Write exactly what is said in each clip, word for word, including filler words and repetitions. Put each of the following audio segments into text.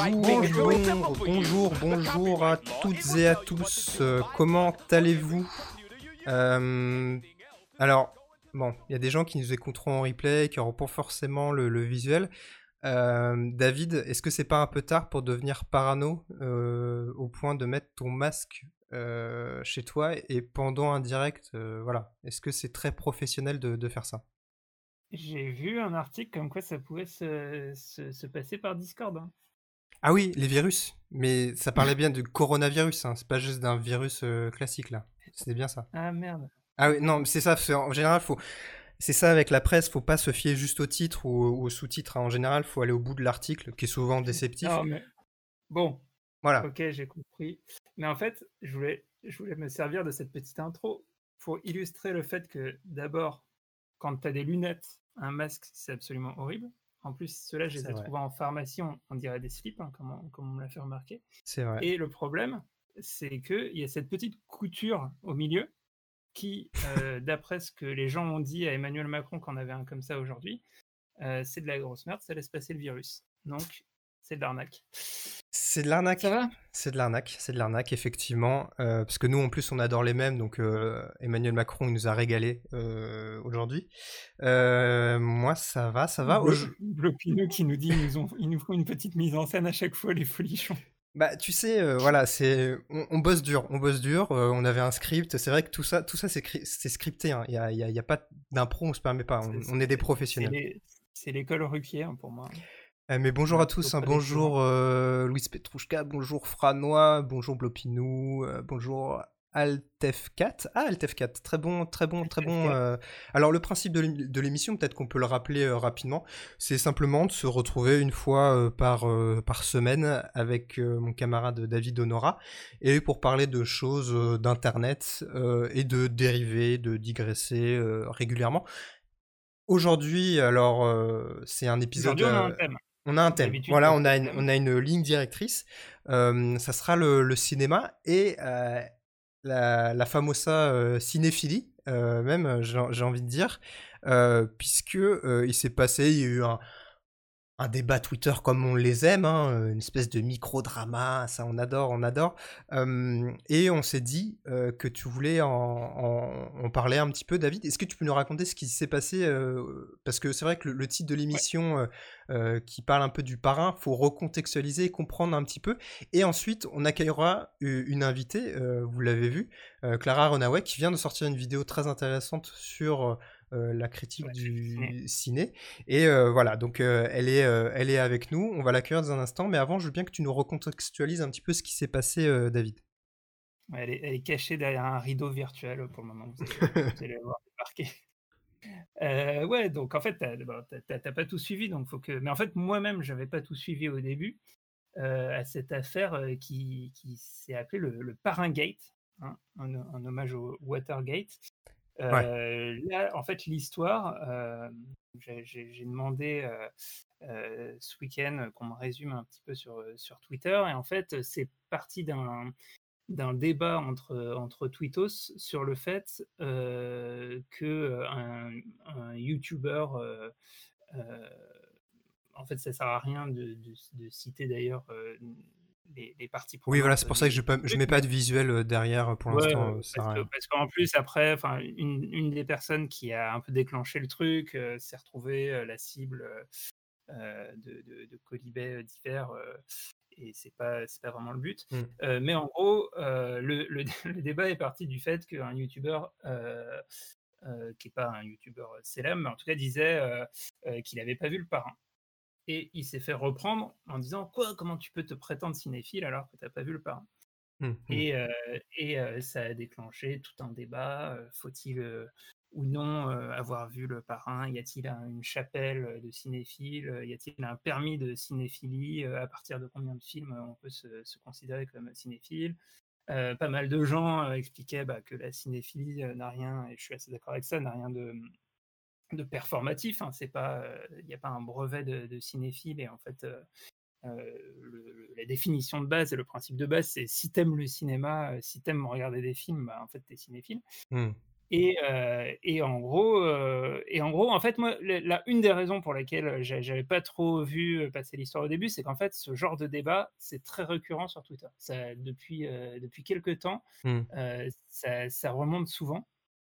Bonjour, bonjour, bonjour à toutes et à tous. Euh, comment allez-vous? Euh, Alors, bon, il y a des gens qui nous écouteront en replay, qui n'auront pas forcément le, le visuel. Euh, David, est-ce que c'est pas un peu tard pour devenir parano euh, au point de mettre ton masque euh, chez toi et pendant un direct, euh, voilà. Est-ce que c'est très professionnel de, de faire ça? J'ai vu un article comme quoi ça pouvait se, se, se passer par Discord. Hein. Ah oui, les virus. Mais ça parlait bien du coronavirus, hein. C'est pas juste d'un virus euh, classique là. C'était bien ça. Ah merde. Ah oui, non, mais c'est ça. c'est- En général, faut. C'est ça avec la presse. Faut pas se fier juste au titre ou, ou au sous-titre, hein. En général, faut aller au bout de l'article, qui est souvent déceptif. Non mais bon, Voilà. ok, j'ai compris. Mais en fait, je voulais, je voulais me servir de cette petite intro pour illustrer le fait que d'abord, quand tu as des lunettes, un masque, c'est absolument horrible. En plus, ceux-là, je C'est les ai vrai. trouvés en pharmacie, on, on dirait des slips, hein, comme, on, comme on me l'a fait remarquer. C'est vrai. Et le problème, c'est qu'il y a cette petite couture au milieu qui, euh, d'après ce que les gens ont dit à Emmanuel Macron qu'on avait un comme ça aujourd'hui, euh, c'est de la grosse merde, ça laisse passer le virus. Donc, c'est de l'arnaque. C'est de Ça l'arnaque. va? C'est de l'arnaque. C'est de l'arnaque, effectivement. Euh, parce que nous, en plus, on adore les mêmes. Donc, euh, Emmanuel Macron, il nous a régalé euh, aujourd'hui. Euh, moi, ça va, ça va. Blo- Aujo- Blopinou qui nous dit ils nous, ont, ils nous font une petite mise en scène à chaque fois, les folichons. Bah, tu sais, euh, voilà, c'est, on, on bosse dur, on bosse dur. euh, on avait un script. C'est vrai que tout ça, tout ça, c'est, cri- c'est scripté. Hein. Il y a, il y a- il y a pas d'impro, on se permet pas. On, C'est on est des c'est- c'est professionnels. les- c'est l'école Ruquier hein, pour moi. Euh, mais bonjour à Voilà, tous. Hein. auprès des plus grands. Bonjour euh, Louise Petrouchka, bonjour Franois, bonjour Blopinou, euh, bonjour Altef quatre. Ah, Altef quatre, très bon, très bon, très bon. F quatre. euh. Alors, le principe de l'ém- de l'émission, peut-être qu'on peut le rappeler euh, rapidement, c'est simplement de se retrouver une fois euh, par, euh, par semaine avec euh, mon camarade David Honora et pour parler de choses euh, d'internet euh, et de dériver, de digresser euh, régulièrement. Aujourd'hui, alors, euh, c'est un épisode. Aujourd'hui, on a un euh, thème. on a un thème. D'habitude, il Voilà, n'y a on pas de a une, thème. on a une ligne directrice. Euh, ça sera le, le cinéma et euh, la, la famosa euh, cinéphilie, euh, même, j'ai j'ai envie de dire, euh, puisque euh, il s'est passé, il y a eu un, un débat Twitter comme on les aime, hein, une espèce de micro-drama, ça on adore, on adore. Euh, et on s'est dit euh, que tu voulais en, en- en parler un petit peu, David. Est-ce que tu peux nous raconter ce qui s'est passé euh, Parce que c'est vrai que le, le titre de Ouais. l'émission euh, euh, qui parle un peu du parrain, faut recontextualiser, comprendre un petit peu. Et ensuite, on accueillera u- une invitée, euh, vous l'avez vu, euh, Clara Runaway, qui vient de sortir une vidéo très intéressante sur euh, la critique Ouais, c'est ciné. du ciné. Et euh, voilà, donc euh, elle, est, euh, elle est avec nous, on va l'accueillir dans un instant, mais avant, je veux bien que tu nous recontextualises un petit peu ce qui s'est passé, euh, David. Ouais, elle, est, elle est cachée derrière un rideau virtuel pour le moment. Vous allez, vous allez la voir débarquer. Euh, ouais, donc en fait, t'as bon, t'as- t'as- t'as pas tout suivi, donc faut que. Mais en fait, moi-même, j'avais pas tout suivi au début euh, à cette affaire euh, qui, qui s'est appelée le, le Parraingate, hein, en, en hommage au Watergate. Ouais. Euh, là, en fait, l'histoire, euh, j'ai j'ai- j'ai demandé euh, euh, ce week-end qu'on me résume un petit peu sur, sur Twitter, et en fait, c'est parti d'un d'un débat entre, entre tweetos sur le fait euh, que un, un YouTuber, euh, euh, en fait, ça sert à rien de, de, de citer d'ailleurs euh, les, les parties Oui, voilà, prenantes c'est pour ça que du, je, du pas, je truc, mets pas mais de visuel euh, derrière euh, pour ouais, l'instant, euh, euh, ça sert parce à que rien. parce qu'en plus après, enfin une, une des personnes qui a un peu déclenché le truc euh, s'est retrouvée euh, la cible euh, de, de, de colibets divers euh, et c'est pas c'est pas vraiment le but. Hmm. Euh, mais en gros, euh, le, le, le débat est parti du fait qu'un YouTuber euh, euh, qui est pas un YouTuber célèbre, mais en tout cas disait euh, euh, qu'il n'avait pas vu le parrain. Et il s'est fait reprendre en disant quoi, comment tu peux te prétendre cinéphile alors que tu n'as pas vu le parrain. Hmm, hmm. Et, euh, et euh, ça a déclenché tout un débat. Euh, faut-il euh, ou non euh, avoir vu le parrain? Y a-t-il un- une chapelle de cinéphiles? Y a-t-il un permis de cinéphilie? Euh, À partir de combien de films on peut se, se considérer comme cinéphile? Euh, pas mal de gens euh, expliquaient bah, que la cinéphilie euh, n'a rien, et je suis assez d'accord avec ça, n'a rien de, de performatif. Hein. C'est pas, il n'y a pas un brevet de, de cinéphile, et en fait, euh, euh, le, la définition de base et le principe de base, c'est si t'aimes le cinéma, euh, si t'aimes regarder des films, bah, en fait, t'es cinéphile. Hmm. Et, heu, et en gros, heu, et en gros, en fait, moi, le la une des raisons pour lesquelles j'a j'avais pas trop vu, heu, passer l'histoire au début, c'est qu'en fait, ce genre de débat, c'est très récurrent sur Twitter. Ça depuis, heu, depuis quelque temps, Mmh. heu, ça ça remonte souvent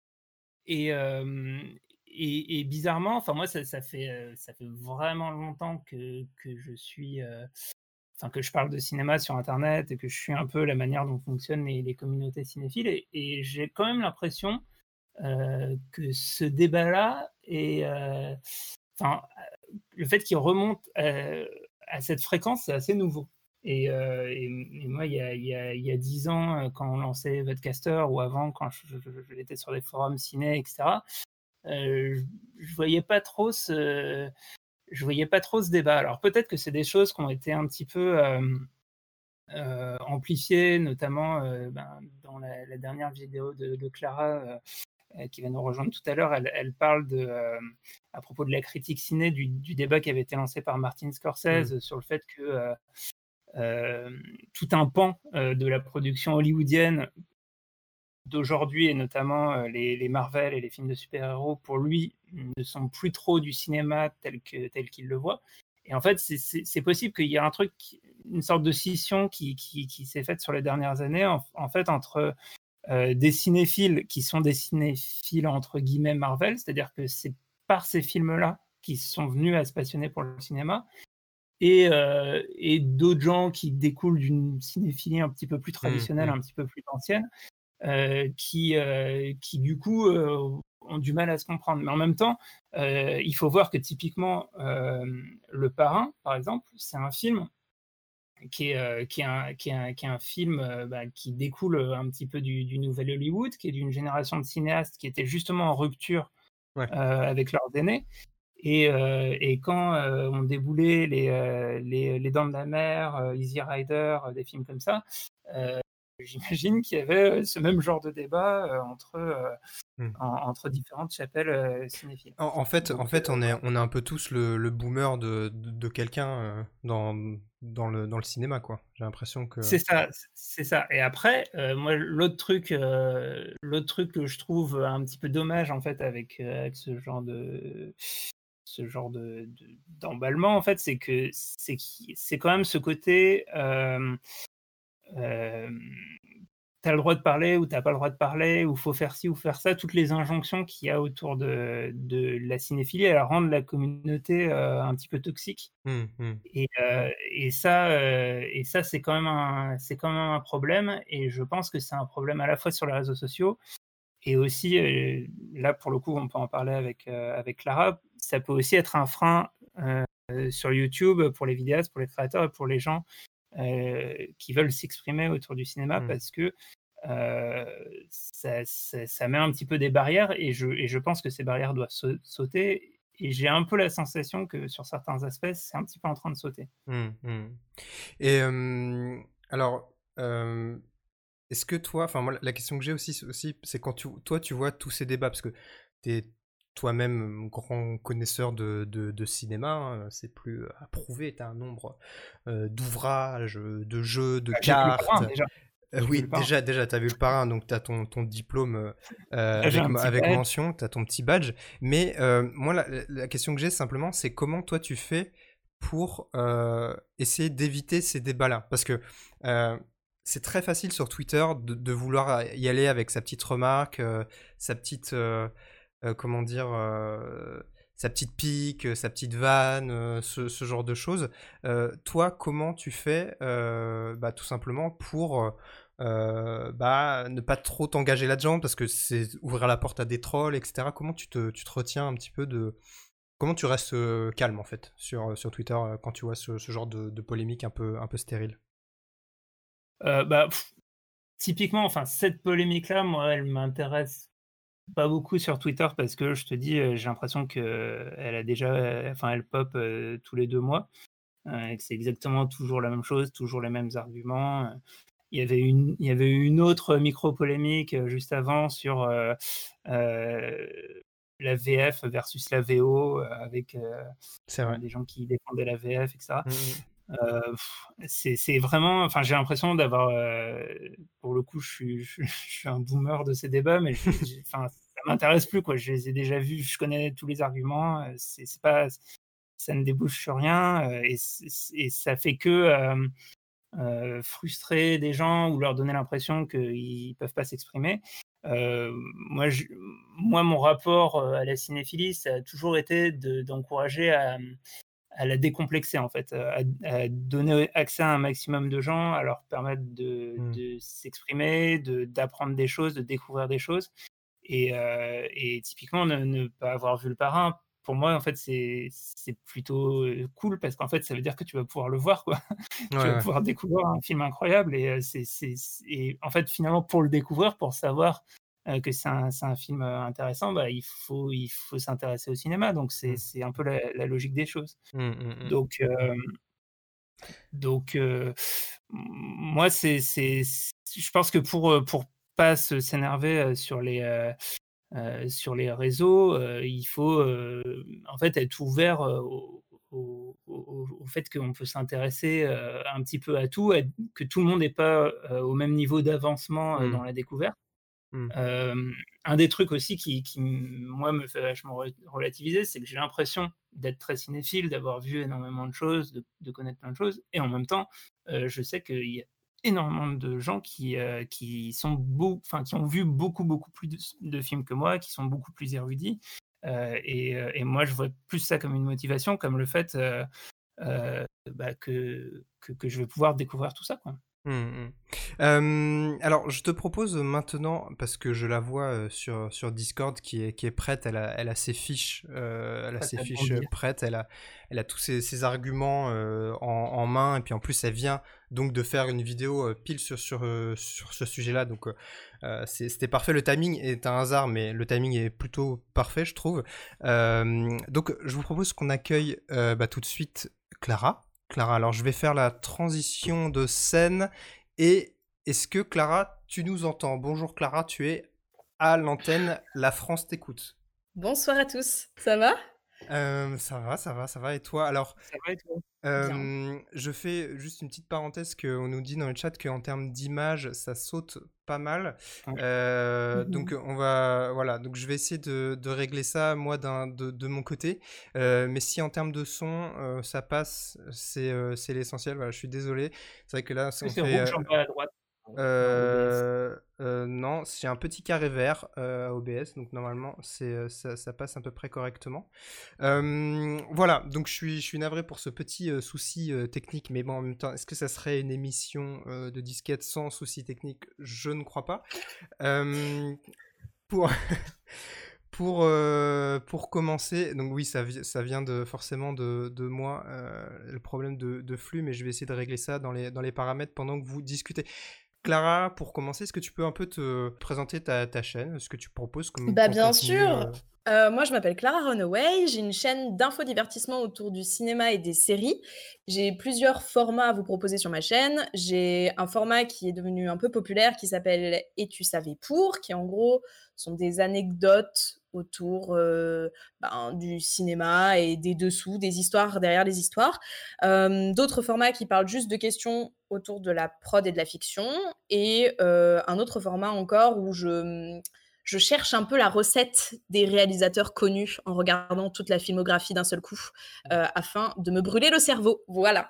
et hem et et bizarrement, enfin moi, ça ça fait, heu, ça fait vraiment longtemps que que je suis, heu, enfin que je parle de cinéma sur internet et que je suis un peu la manière dont fonctionnent les les communautés cinéphiles et et j'ai quand même l'impression Heu, que ce débat-là est, heu, enfin, heu, le fait qu'il remonte, heu, à cette fréquence, c'est assez nouveau et heu et mmh et moi, il y a il y a il y a dix ans, heu, quand on lançait Vodecaster ou avant quand je je je j'étais sur des forums ciné et cetera, heu, je je voyais pas trop ce je voyais pas trop ce débat. Alors peut-être que c'est des choses qui ont été un petit peu, hem, heu, amplifiées, notamment, heu, ben, dans la la dernière vidéo de de Clara, heu heu, qui va nous rejoindre tout à l'heure, elle elle parle de, hem, à propos de la critique ciné, du du débat qui avait été lancé par Martin Mmh. Scorsese sur le fait que, heu, hem, tout un pan, heu, de la production hollywoodienne d'aujourd'hui et notamment, heu, les les Marvel et les films de super-héros, pour lui, ne sont plus trop du cinéma tel que tel qu'il le voit et en fait, c'est c'est c'est possible qu'il y ait un truc qui une sorte de scission qui qui qui s'est faite sur les dernières années en en fait entre heu, des cinéphiles qui sont des cinéphiles entre guillemets Marvel, c'est-à-dire que c'est par ces films-là qu'ils sont venus à se passionner pour le cinéma et heu et d'autres gens qui découlent d'une cinéphilie un petit peu plus Mmh traditionnelle, mh. un petit peu plus ancienne, heu, qui, heu, qui du coup, heu, ont du mal à se comprendre. Mais en même temps, heu, il faut voir que typiquement, hem, Le Parrain, par exemple, c'est un film qui est, heu, qui est un qui est un qui est un film, heu, bah, qui découle, heu, un petit peu du du nouvel Hollywood, qui est d'une génération de cinéastes qui étaient justement en rupture, Ouais. heu, avec leurs aînés et heu et quand, heu, ont déboulé les, heu, les les Dents de la Mer, heu, Easy Rider, heu, des films comme ça, heu, j'imagine qu'il y avait, heu, ce même genre de débat, heu, entre, heu, Mmh. en entre différentes chapelles, heu, cinéphiles. En en fait en Donc heu, fait, on est voilà. on est un peu tous le le boomer de de de quelqu'un, heu, dans dans le dans le cinéma, quoi. J'ai l'impression que C'est ça, c c'est ça et après, heu, moi l'autre truc, heu, l'autre truc que je trouve un petit peu dommage en fait avec, heu, avec ce genre de ce genre de de d'emballement en fait, c'est que c'est qui c'est quand même ce côté, hem, hem, tu as le droit de parler ou tu as pas le droit de parler, ou faut faire ci ou faire ça, toutes les injonctions qu'il y a autour de de la cinéphilie, elles rendent la communauté, heu, un petit peu toxique. mmh, mmh, Et heu et ça, heu et ça, c'est quand même un c'est quand même un problème et je pense que c'est un problème à la fois sur les réseaux sociaux et aussi, heu, là, pour le coup, on peut en parler avec, heu, avec Clara. Ça peut aussi être un frein, heu, sur YouTube pour les vidéastes, pour les créateurs et pour les gens, heu, qui veulent s'exprimer autour du cinéma mmh. parce que, heu, ça ça ça met un petit peu des barrières et je et je pense que ces barrières doivent sau sauter et j'ai un peu la sensation que sur certains aspects, c'est un petit peu en train de sauter. Mmh, mmh. Et hem, alors, hem, est-ce que toi enfin moi la question que j'ai aussi c'est aussi c'est quand tu toi tu vois tous ces débats parce que tu es toi-même grand connaisseur de de de cinéma, hein, c'est plus à prouver, tu as un nombre, heu, d'ouvrages, heu, de jeux, de Bah, j'ai vu le cartes. parrain déjà, Heu, j'ai vu oui, le parrain. déjà déjà tu as vu le parrain, donc tu as ton ton diplôme, heu heu, Là, j'ai avec un me petit avec badge. mention, tu as ton petit badge. Mais, heu, moi la la la question que j'ai simplement, c'est comment toi tu fais pour, heu, essayer d'éviter ces débats-là? Parce que, heu, c'est très facile sur Twitter de de vouloir y aller avec sa petite remarque, heu, sa petite, heu heu, comment dire? Heu, sa petite pique, heu, sa petite vanne, heu, ce ce genre de choses. Heu, toi, comment tu fais, heu, bah, tout simplement pour, heu heu, bah, ne pas trop t'engager là-dedans? Parce que c'est ouvrir la porte à des trolls et cetera. Comment tu te tu te retiens un petit peu de comment tu restes, heu, calme en fait sur, sur Twitter, heu, quand tu vois ce ce genre de de polémique un peu un peu stérile? Heu, bah, pff, typiquement, enfin, cette polémique-là, moi, elle m'intéresse pas beaucoup sur Twitter parce que je te dis, heu, j'ai l'impression qu'elle a déjà, heu, enfin, elle pop, heu, tous les deux mois, heu, et que c'est exactement toujours la même chose, toujours les mêmes arguments, heu. Il y avait une il y avait eu une autre micro polémique, heu, juste avant sur, heu heu, la V F versus la V O, heu, avec, heu C'est heu, vrai. des gens qui défendaient la V F et cetera. Mmh mh. Heu, c'est c'est vraiment enfin, j'ai l'impression d'avoir, heu, pour le coup, je suis je suis je suis un boomer de ces débats, mais j'ai j'ai enfin, m'intéresse plus, quoi. Je les ai déjà vus, je connais tous les arguments, heu, c'est c'est pas ça ne débouche sur rien, heu, et c et ça fait que, hem, heu, frustrer des gens ou leur donner l'impression qu'ils peuvent pas s'exprimer. Heu, moi je moi mon rapport, heu, à la cinéphilie, ça a toujours été de d'encourager à, mmh, à la décomplexer en fait, heu, à à donner accès à un maximum de gens, à leur permettre de Mmh. de s'exprimer, de d'apprendre des choses, de découvrir des choses. Et, heu, et typiquement ne ne pas avoir vu Le Parrain, pour moi en fait c'est c'est plutôt, heu, cool parce qu'en fait ça veut dire que tu vas pouvoir le voir quoi. Ouais, Tu vas ouais. pouvoir découvrir un film incroyable et heu, c'est c'est c et en fait finalement pour le découvrir, pour savoir, heu, que c'est un c'est un film, heu, intéressant, bah, il faut il faut s'intéresser au cinéma donc c'est Mmh. c'est un peu la la logique des choses. Mmh, mmh mh. Donc hem, donc heu, m moi c'est c'est c je pense que pour, heu, pour pas se s'énerver, heu, sur les, heu heu, sur les réseaux, heu, il faut, heu, en fait être ouvert, heu, au au au au fait qu'on peut s'intéresser, heu, un petit peu à tout, et que tout le monde est pas, heu, au même niveau d'avancement, heu, Mmh. dans la découverte. Mmh. Hem, un des trucs aussi qui qui m moi me fait vachement re relativiser, c'est que j'ai l'impression d'être très cinéphile, d'avoir vu énormément de choses, de de connaître plein de choses et en même temps, heu, je sais qu'il y a énormément de gens qui, heu, qui sont beau enfin qui ont vu beaucoup, beaucoup plus de s de films que moi, qui sont beaucoup plus érudits, heu, et heu, et moi je vois plus ça comme une motivation, comme le fait, heu heu, bah, que que que je vais pouvoir découvrir tout ça, quoi. Mmh mh. Hem, alors je te propose maintenant, parce que je la vois, heu, sur sur Discord qui est qui est prête, elle a elle a ses fiches, heu, elle a Prête ses à fiches, heu, bondir. prêtes, elle a elle a tous ses ses arguments, heu, en en main et puis en plus elle vient donc de faire une vidéo, heu, pile sur sur, heu, sur ce sujet-là donc heu heu, c'est c'était parfait. Le timing est un hasard, mais le timing est plutôt parfait je trouve. Hem, donc je vous propose qu'on accueille, heu, bah, tout de suite Clara. Clara, alors je vais faire la transition de scène et est-ce que Clara, tu nous entends? Bonjour Clara, tu es à l'antenne, la France t'écoute. Bonsoir à tous, ça va? Hem, ça va, ça va, ça va et toi? Alors, Ça va et toi? Bien. hem, je fais juste une petite parenthèse qu'on nous dit dans le chat qu'en termes d'image, ça saute pas mal. Ouais. Heu, Mmh donc mh. on va voilà, donc je vais essayer de de régler ça moi d'un de de mon côté. Heu, mais si en termes de son, heu, ça passe, c'est, heu, c'est l'essentiel. Voilà, je suis désolé. C'est vrai que là, Est-ce ça que on c'est fait, rouge heu en bas à droite, heu, dans O B S? Heu heu, non, j'ai un petit carré vert, heu, à O B S, donc normalement c'est, heu, ça ça passe à peu près correctement. Hem, voilà, donc je suis je suis navré pour ce petit, heu, souci, heu, technique, mais bon, en même temps, est-ce que ça serait une émission, heu, de disquette sans souci technique? Je ne crois pas. Hem, pour pour, heu, pour commencer, donc oui, ça vi ça vient de forcément de de moi, heu, le problème de de flux, mais je vais essayer de régler ça dans les dans les paramètres pendant que vous discutez. Clara, pour commencer, est-ce que tu peux un peu te présenter ta ta chaîne? Ce que tu proposes comme Bah, comme bien contenu, sûr! heu? Heu, moi je m'appelle Clara Runaway, j'ai une chaîne d'infodivertissement autour du cinéma et des séries. J'ai plusieurs formats à vous proposer sur ma chaîne. J'ai un format qui est devenu un peu populaire qui s'appelle «Et tu savais pour?» qui en gros sont des anecdotes autour, heu, ben, du cinéma et des dessous, des histoires derrière les histoires. Hem, d'autres formats qui parlent juste de questions autour de la prod et de la fiction et heu, un autre format encore où je, mmh, je cherche un peu la recette des réalisateurs connus en regardant toute la filmographie d'un seul coup, heu, afin de me brûler le cerveau. Voilà.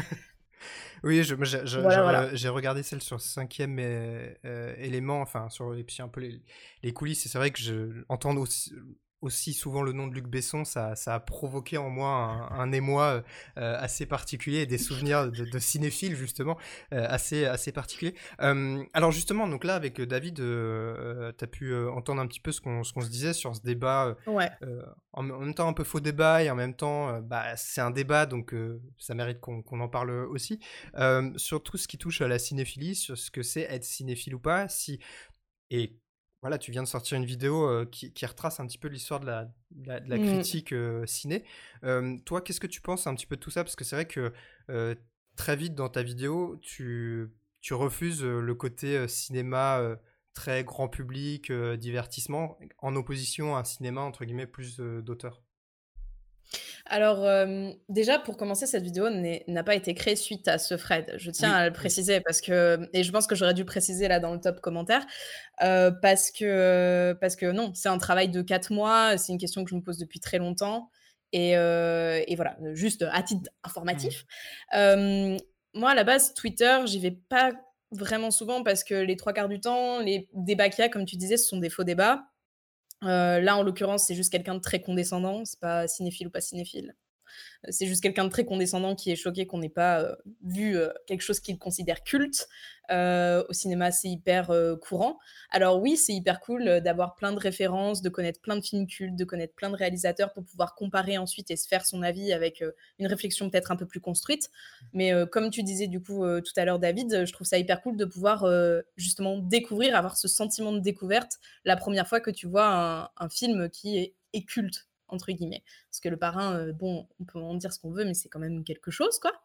Oui, je je je je Voilà, voilà. re j'ai regardé celle sur cinquième é heu, élément, enfin sur et puis un peu les les coulisses et c'est vrai que je entendre aussi aussi souvent le nom de Luc Besson, ça ça a provoqué en moi un un émoi, heu heu, assez particulier et des souvenirs de de cinéphiles justement, heu, assez assez particuliers. Hem, alors justement, donc là avec, heu, David, heu heu, tu as pu, heu, entendre un petit peu ce qu'on ce qu'on se disait sur ce débat, heu Ouais. heu, en en même temps un peu faux débat et en même temps, heu, bah, c'est un débat donc heu, ça mérite qu'on qu'on en parle, heu, aussi. Hem, sur tout ce qui touche à la cinéphilie, sur ce que c'est être cinéphile ou pas, si et voilà, tu viens de sortir une vidéo, heu, qui qui retrace un petit peu l'histoire de la de la de la Mmh. critique, heu, ciné. Hem, toi, qu'est-ce que tu penses un petit peu de tout ça? Parce que c'est vrai que, heu, très vite dans ta vidéo, tu tu refuses, heu, le côté, heu, cinéma, heu, très grand public, heu, divertissement, en opposition à un cinéma entre guillemets plus, heu, d'auteur. Alors, hem, déjà pour commencer, cette vidéo n'est n'a pas été créée suite à ce thread. Je tiens Oui, à le oui. préciser parce que et je pense que j'aurais dû le préciser là dans le top commentaire, heu, parce que parce que non, c'est un travail de quatre mois, c'est une question que je me pose depuis très longtemps et heu et voilà, heu, juste à titre Mmh. informatif. Hem, moi à la base Twitter, j'y vais pas vraiment souvent parce que les trois quarts du temps, les débats qu'il y a, comme tu disais, ce sont des faux débats. Heu, là en l'occurrence, c'est juste quelqu'un de très condescendant, c'est pas cinéphile ou pas cinéphile. C'est juste quelqu'un de très condescendant qui est choqué qu'on n'ait pas euh, vu euh, quelque chose qu'il considère culte. Euh, au cinéma, c'est hyper euh, courant. Alors oui, c'est hyper cool euh, d'avoir plein de références, de connaître plein de films cultes, de connaître plein de réalisateurs pour pouvoir comparer ensuite et se faire son avis avec euh, une réflexion peut-être un peu plus construite. Mais euh, comme tu disais du coup euh, tout à l'heure, David, je trouve ça hyper cool de pouvoir euh, justement découvrir, avoir ce sentiment de découverte la première fois que tu vois un, un film qui est, est culte entre guillemets. Parce que Le Parrain, euh, bon, on peut en dire ce qu'on veut, mais c'est quand même quelque chose, quoi.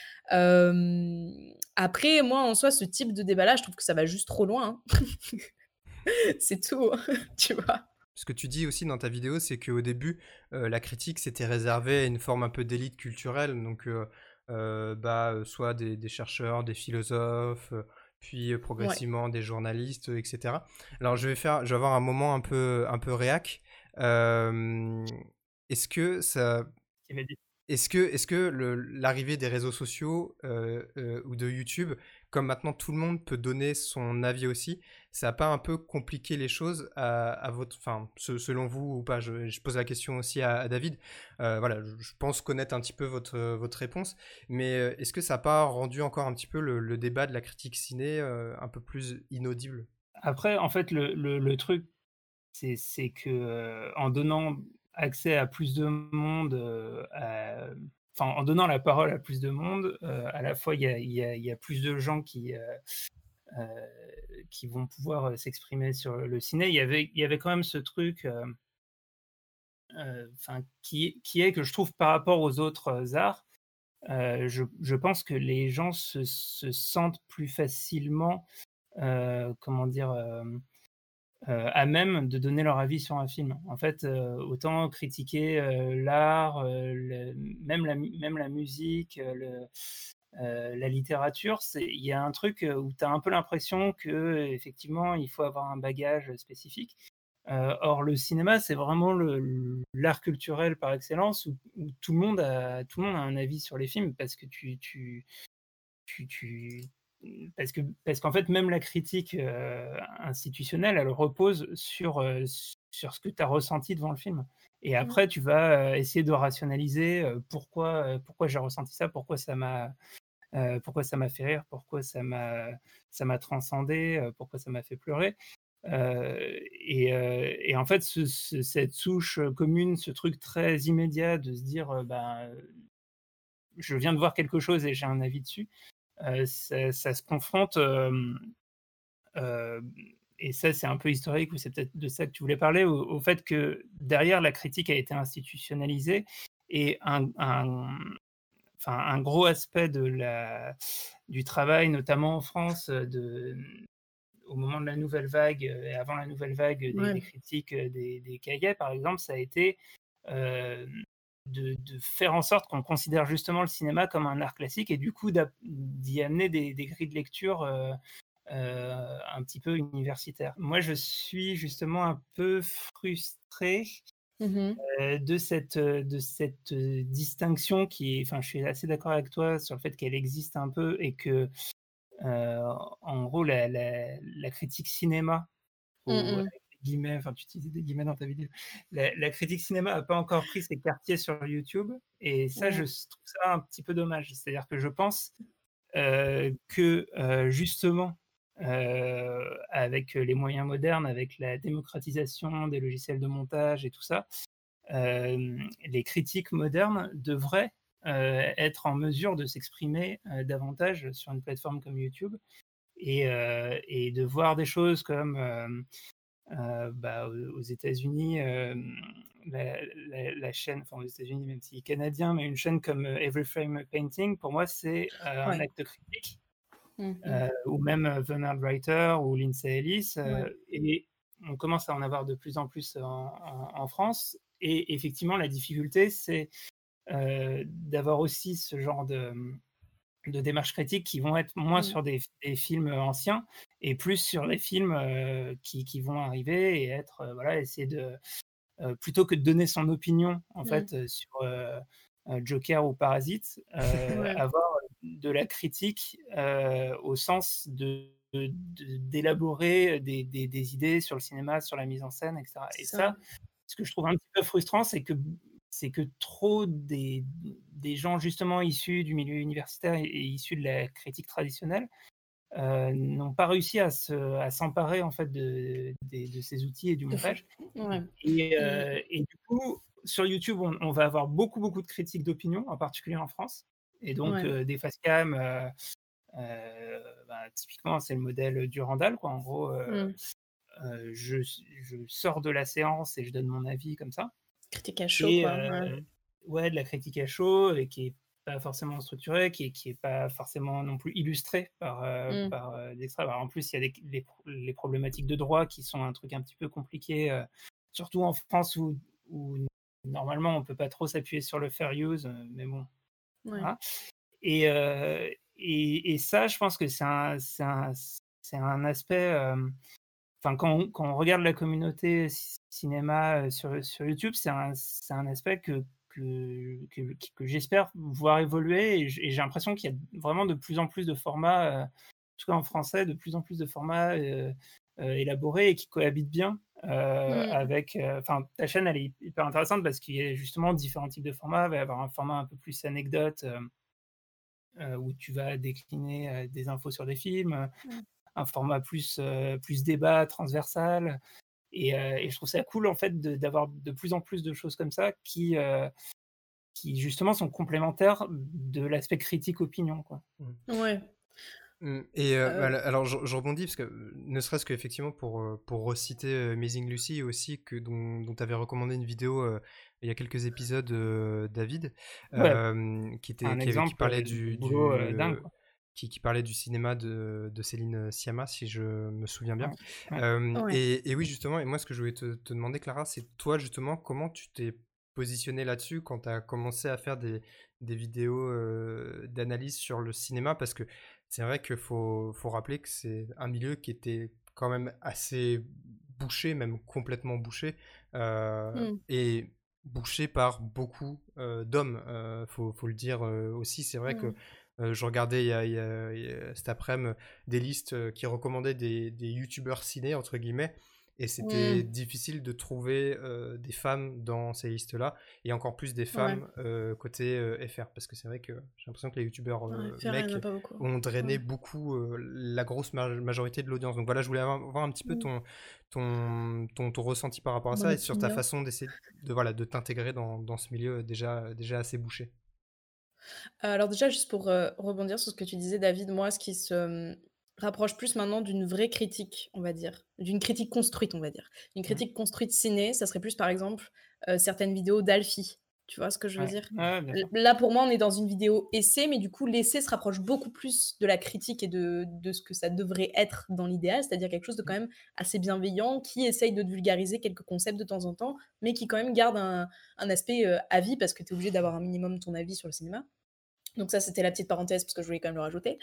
Euh, Après, moi, en soi, ce type de débat-là, je trouve que ça va juste trop loin. Hein. C'est tout, tu vois. Ce que tu dis aussi dans ta vidéo, c'est qu'au début, euh, la critique s'était réservée à une forme un peu d'élite culturelle, donc euh, euh, bah, euh, soit des, des chercheurs, des philosophes, euh, puis euh, Ouais. progressivement des journalistes, euh, et cetera. Alors je vais faire, je vais avoir un moment un peu, un peu réac. Euh, est-ce que ça, Qui va dire est-ce que, est-ce que le- l'arrivée des réseaux sociaux euh, euh, ou de YouTube, comme maintenant tout le monde peut donner son avis aussi, ça n'a pas un peu compliqué les choses à, à votre, enfin, se- selon vous ou pas? Je, je pose la question aussi à, à David. Euh, voilà, je, je pense connaître un petit peu votre, votre réponse, mais euh, est-ce que ça n'a pas rendu encore un petit peu le, le débat de la critique ciné euh, un peu plus inaudible? après, en fait, le le le truc, c'est c'est que, heu, en donnant accès à plus de monde, heu, à enfin, en donnant la parole à plus de monde, heu, à la fois, il y a il y a il y a plus de gens qui, heu heu, qui vont pouvoir, heu, s'exprimer sur le ciné. Il y avait il y avait quand même ce truc, hem, heu, enfin, qui qui est que je trouve par rapport aux autres arts, heu, je je pense que les gens se se sentent plus facilement, heu, comment dire? Hem heu, à même de donner leur avis sur un film. En fait, heu, autant critiquer, heu, l'art, heu, le même la mu même la musique, heu, le heu, la littérature, c'est il y a un truc, heu, où tu as un peu l'impression qu'effectivement, il faut avoir un bagage spécifique. Heu, or le cinéma, c'est vraiment le l'art culturel par excellence où où tout le monde a tout le monde a un avis sur les films parce que tu tu tu tu mmh, parce que parce qu'en fait, même la critique, heu, institutionnelle, elle repose sur, heu, sur ce que tu as ressenti devant le film et Mm. après tu vas, heu, essayer de rationaliser, heu, pourquoi, heu, pourquoi j'ai ressenti ça, pourquoi ça m'a, heu, pourquoi ça m'a fait rire, pourquoi ça m'a ça m'a transcendé, heu, pourquoi ça m'a fait pleurer, heu et heu et en fait, ce ce cette souche, commune, ce truc très immédiat de se dire, heu, ben, je viens de voir quelque chose et j'ai un avis dessus. Heu, ça ça se confronte, hem, hem et ça, c'est un peu historique ou c'est peut-être de ça que tu voulais parler, au au fait que derrière la critique a été institutionnalisée et un un enfin, un gros aspect de la du travail, notamment en France, heu, de au moment de la nouvelle vague, heu et avant la nouvelle vague des des Ouais. critiques, heu, des des cahiers, par exemple, ça a été, hem, de de faire en sorte qu'on considère justement le cinéma comme un art classique et du coup d'ap d'y amener des des grilles de lecture, heu heu, un petit peu universitaires. Moi, je suis justement un peu frustré, Mhm. heu, de cette, heu, de cette, heu, distinction qui est enfin, je suis assez d'accord avec toi sur le fait qu'elle existe un peu et que, heu, en gros la la la critique cinéma ou Mm, avec des guillemets, enfin tu utilises des guillemets dans ta vidéo. La la critique cinéma a pas encore pris ses quartiers sur YouTube et mm. ça je Ouais. s trouve ça un petit peu dommage. C'est-à-dire que je pense, heu, que, heu, justement, heu, avec, les moyens modernes, avec la démocratisation des logiciels de montage et tout ça, hem, les critiques modernes devraient, heu, être en mesure de s'exprimer, heu, davantage sur une plateforme comme YouTube et heu et de voir des choses comme, hem Heu, bah, aux aux États-Unis, hem, la la la chaîne enfin aux États-Unis, même s'il est canadien, mais une chaîne comme, heu, Every Frame Painting, pour moi, c'est, heu, un Ouais. acte critique, Mhm. heu, ou même, heu, Bernard Writer ou Lindsay Ellis, Ouais. heu et on commence à en avoir de plus en plus en en en France et effectivement, la difficulté, c'est euh, d'avoir aussi ce genre de, de démarches critiques qui vont être moins Mm. sur des, des films anciens et plus sur les films euh, qui, qui vont arriver et être, euh, voilà, essayer de, euh, plutôt que de donner son opinion, en Mm. fait, euh, sur euh, euh, Joker ou Parasite, euh, Ouais. avoir de la critique euh, au sens de, de- de- d'élaborer des, des, des idées sur le cinéma, sur la mise en scène, et cetera. C'est Et ça. ça, ce que je trouve un petit peu frustrant, c'est que, c'est que trop des, des gens justement issus du milieu universitaire et, et issus de la critique traditionnelle euh, n'ont pas réussi à, se, à s'emparer en fait de, des- de ces outils et du De fou. montage. Ouais. Et, Mm. euh, et du coup, sur YouTube, on, on va avoir beaucoup, beaucoup de critiques d'opinion, en particulier en France. Et donc, Ouais. euh, des facecam, euh, euh, bah, typiquement, c'est le modèle du Randall, quoi. En gros, euh, Mm. euh, je, je sors de la séance et je donne mon avis comme ça. Critique à chaud, Et quoi. euh, Ouais. ouais, de la critique à chaud, et qui est pas forcément structurée, qui est, qui est pas forcément non plus illustrée par, euh, Mm. par euh, des extraits. Alors, en plus, il y a des, les, les problématiques de droit qui sont un truc un petit peu compliqué, euh, surtout en France où, où normalement on peut pas trop s'appuyer sur le fair use, euh, mais bon, Ouais. voilà. Et, euh, et, et ça, je pense que c'est un, c'est un, c'est un aspect. euh, Enfin, quand on, quand on regarde la communauté ci- cinéma euh, sur, sur YouTube, c'est un, c'est un aspect que, que, que, que j'espère voir évoluer. Et j- et j'ai l'impression qu'il y a vraiment de plus en plus de formats, euh, en tout cas en français, de plus en plus de formats euh, euh, élaborés et qui cohabitent bien euh, Mm. avec. euh, Enfin, ta chaîne, elle est hyper intéressante parce qu'il y a justement différents types de formats. Il va y avoir un format un peu plus anecdote euh, euh, où tu vas décliner euh, des infos sur des films, Mm. un format plus, euh, plus débat, transversal. Et, euh, et je trouve ça cool, en fait, de- d'avoir de plus en plus de choses comme ça qui, euh, qui justement, sont complémentaires de l'aspect critique-opinion, quoi. Ouais. Mm. Et euh, Euh, bah, alors je, je rebondis parce que euh, ne serait-ce qu'effectivement pour, euh, pour reciter euh, Amazing Lucy aussi que dont, dont tu avais recommandé une vidéo euh, il y a quelques épisodes, euh, David, Ouais, euh, qui était un qui, avait- qui exemple parlait euh, de du, boulot du euh, dingue, euh, quoi. qui, qui parlait du cinéma de, de Céline Sciamma, si je me souviens bien. Ouais, ouais. Euh, ouais. et, et oui, justement, et moi, ce que je voulais te, te demander, Clara, c'est toi, justement, comment tu t'es positionné là-dessus quand tu as commencé à faire des, des vidéos euh, d'analyse sur le cinéma, parce que c'est vrai qu'il faut, faut rappeler que c'est un milieu qui était quand même assez bouché, même complètement bouché, euh, Mm. et bouché par beaucoup euh, d'hommes. Euh, faut, faut le dire euh, aussi. C'est vrai que Mm. euh, je regardais il y a, il y a- il y a cet après-midi des listes euh, qui recommandaient des, des youtubeurs ciné, entre guillemets, et c'était Mm. difficile de trouver euh, des femmes dans ces listes-là, et encore plus des Ouais. femmes euh, côté euh, F R, parce que c'est vrai que j'ai l'impression que les youtubeurs Ouais, euh, faire, il n'y en mecs a pas beaucoup. ont drainé Ouais. beaucoup euh, la grosse ma- majorité de l'audience. Donc voilà, je voulais avoir, voir un petit peu Mm. ton, ton, ton, ton ressenti par rapport à Mon ça et sur ta opinion. façon d'essayer de, voilà, de t'intégrer dans, dans ce milieu déjà, déjà assez bouché. Euh, Alors déjà, juste pour euh, rebondir sur ce que tu disais, David, moi, ce qui se euh, rapproche plus maintenant d'une vraie critique, on va dire, d'une critique construite, on va dire. Une Mm. critique construite ciné, ça serait plus, par exemple, euh, certaines vidéos d'Alfie. Tu vois ce que je veux Ouais, dire? ouais, bien sûr. L- Là, pour moi, on est dans une vidéo essai, mais du coup, l'essai se rapproche beaucoup plus de la critique et de, de ce que ça devrait être dans l'idéal, c'est-à-dire quelque chose de quand même assez bienveillant, qui essaye de vulgariser quelques concepts de temps en temps, mais qui quand même garde un, un aspect euh, avis, parce que tu es obligé d'avoir un minimum ton avis sur le cinéma. Donc ça, c'était la petite parenthèse, parce que je voulais quand même le rajouter.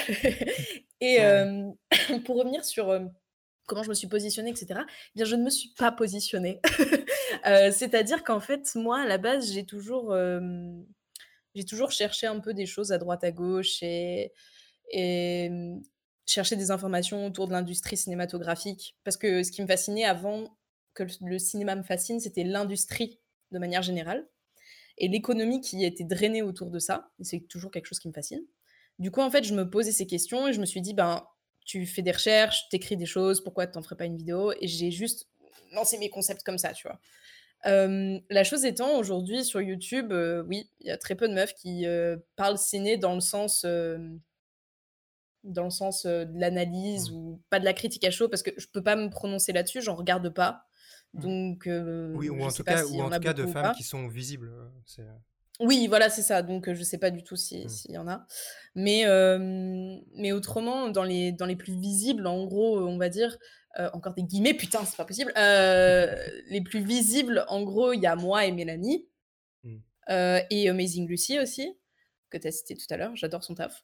Et Ouais. euh, pour revenir sur euh, comment je me suis positionnée, et cetera, eh bien, je ne me suis pas positionnée. Euh, c'est-à-dire qu'en fait, moi, à la base, j'ai toujours, euh, j'ai toujours cherché un peu des choses à droite, à gauche, et, et euh, chercher des informations autour de l'industrie cinématographique. Parce que ce qui me fascinait avant que le, le cinéma me fascine, c'était l'industrie de manière générale et l'économie qui était drainée autour de ça. Et c'est toujours quelque chose qui me fascine. Du coup, en fait, je me posais ces questions et je me suis dit, ben, tu fais des recherches, t'écris des choses, pourquoi t'en ferais pas une vidéo? Et j'ai juste lancé mes concepts comme ça, tu vois. Euh, la chose étant, aujourd'hui, sur YouTube, euh, oui, il y a très peu de meufs qui euh, parlent ciné dans le sens, euh, dans le sens euh, de l'analyse Mm. ou pas de la critique à chaud, parce que je peux pas me prononcer là-dessus, j'en regarde pas. Mm. Donc, Oui, euh, ou je en sais tout pas cas, s'il ou y en en a tout cas de beaucoup ou femmes pas. qui sont visibles. euh, C'est... Oui, voilà, c'est ça. Donc, heu, je sais pas du tout si Mmh. s'il y en a. Mais, hem, mais autrement, dans les dans les plus visibles, en gros, heu, on va dire, heu, encore des guillemets, putain, c'est pas possible. Heu, les plus visibles, en gros, il y a moi et Mélanie, Mmh. heu, et Amazing Lucy aussi, que tu as cité tout à l'heure. J'adore son taf.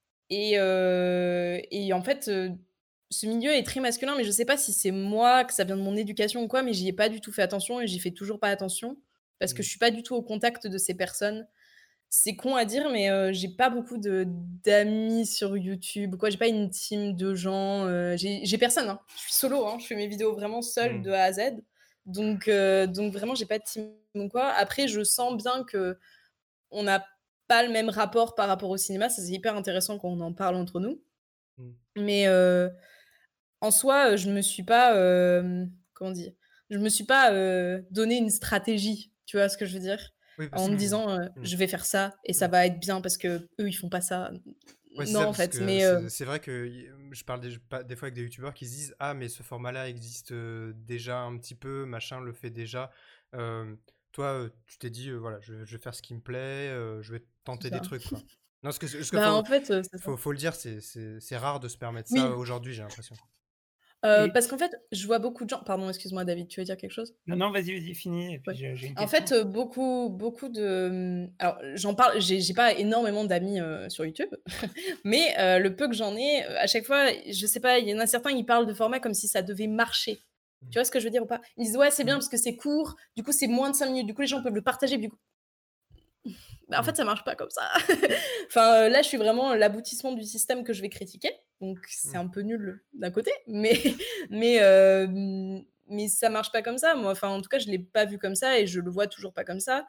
Et heu, et en fait, heu, ce milieu est très masculin, mais je sais pas si c'est moi, que ça vient de mon éducation ou quoi, mais j'y ai pas du tout fait attention et j'y fais toujours pas attention parce que Mmh. je suis pas du tout au contact de ces personnes. C'est con à dire, mais heu, j'ai pas beaucoup de d'amis sur YouTube ou quoi. J'ai pas une team de gens, heu, j'ai j'ai personne, hein. Je suis solo, hein. Je fais mes vidéos vraiment seule de Mmh. A à Z. Donc heu, donc vraiment, j'ai pas de team ou quoi. Après, je sens bien qu'on n'a pas le même rapport par rapport au cinéma. Ça, c'est hyper intéressant quand on en parle entre nous. Mmh. Mais heu, en soi, heu, je me suis pas, hem, comment dire? Je me suis pas, heu, donné une stratégie, tu vois ce que je veux dire? Oui, parce En me que mmh. disant, heu: Mmh. «Je vais faire ça et ça Mmh. va être bien parce qu'eux, ils font pas ça». Ouais, c'est Non, ça, en parce fait, que mais c'est heu c'est vrai que y je parle des pas des fois avec des youtubeurs qui se disent: «Ah mais ce format-là existe, heu, déjà un petit peu, machin le fait déjà». Hem, toi, heu, tu t'es dit, heu: «Voilà, je vais je vais faire ce qui me plaît, heu, je vais c'est tenter des ça. trucs, quoi». Non, parce que parce que Bah, faut en fait, heu, c'est ça. faut faut le dire, c'est c'est c'est rare de se permettre ça Oui, aujourd'hui, j'ai l'impression. heu, Et parce qu'en fait, je vois beaucoup de gens pardon, excuse-moi David, tu veux dire quelque chose? non, non, vas-y, vas-y, finis et puis Ouais. j'ai j'ai une En question. fait, heu, beaucoup beaucoup de, mmh, alors j'en parle, j'ai j'ai pas énormément d'amis, heu, sur YouTube, mais heu, le peu que j'en ai, heu, à chaque fois, je sais pas, il y en a certains, ils parlent de format comme si ça devait marcher. Mmh. Tu vois ce que je veux dire ou pas? Ils disent: «Ouais, c'est bien Mmh. parce que c'est court, du coup, c'est moins de cinq minutes, du coup, les gens peuvent le partager, du coup». Bah, en Mmh. fait, ça marche pas comme ça. Enfin, heu, là, je suis vraiment l'aboutissement du système que je vais critiquer, donc c'est Mmh. un peu nul d'un côté, mais mais hem, mais ça marche pas comme ça, moi. Enfin, en tout cas, je l'ai pas vu comme ça et je le vois toujours pas comme ça.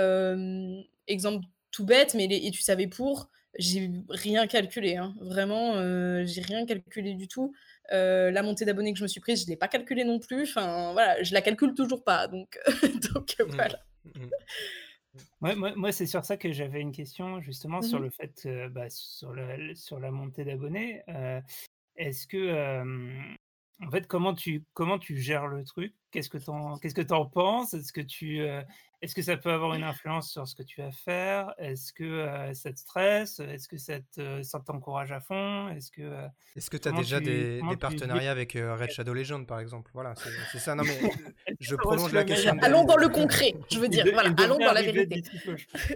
Hem, exemple tout bête, mais les «Et tu savais pour», j'ai rien calculé, hein. Vraiment, heu, j'ai rien calculé du tout. Heu, la montée d'abonnés que je me suis prise, je l'ai pas calculée non plus. Enfin, voilà, je la calcule toujours pas, donc donc Mmh. voilà. Mmh. Mmh. Ouais, moi moi, c'est sur ça que j'avais une question justement Mmh sur mh. le fait, heu, bah, sur le sur la montée d'abonnés. Heu, est-ce que, hem, en fait, comment tu comment tu gères le truc? Qu'est-ce que tu en qu'est-ce que tu en penses? Est-ce que tu, heu, est-ce que ça peut avoir une influence sur ce que tu vas faire? Est-ce que, heu, ça te stresse? Est-ce que ça te ça t'encourage à fond? Est-ce que, heu, Est-ce que tu as comment déjà tu des des comment tu vis? partenariats avec, heu, Red Shadow Legends, par exemple? Voilà, c'est c'est ça. Non mais, heu, Est-ce que je tu reçu prolonge la le mail question de Allons David. dans le concret, je veux Il dire, de voilà, il allons devrait dans la arriver vérité. d'ici peu, je pense.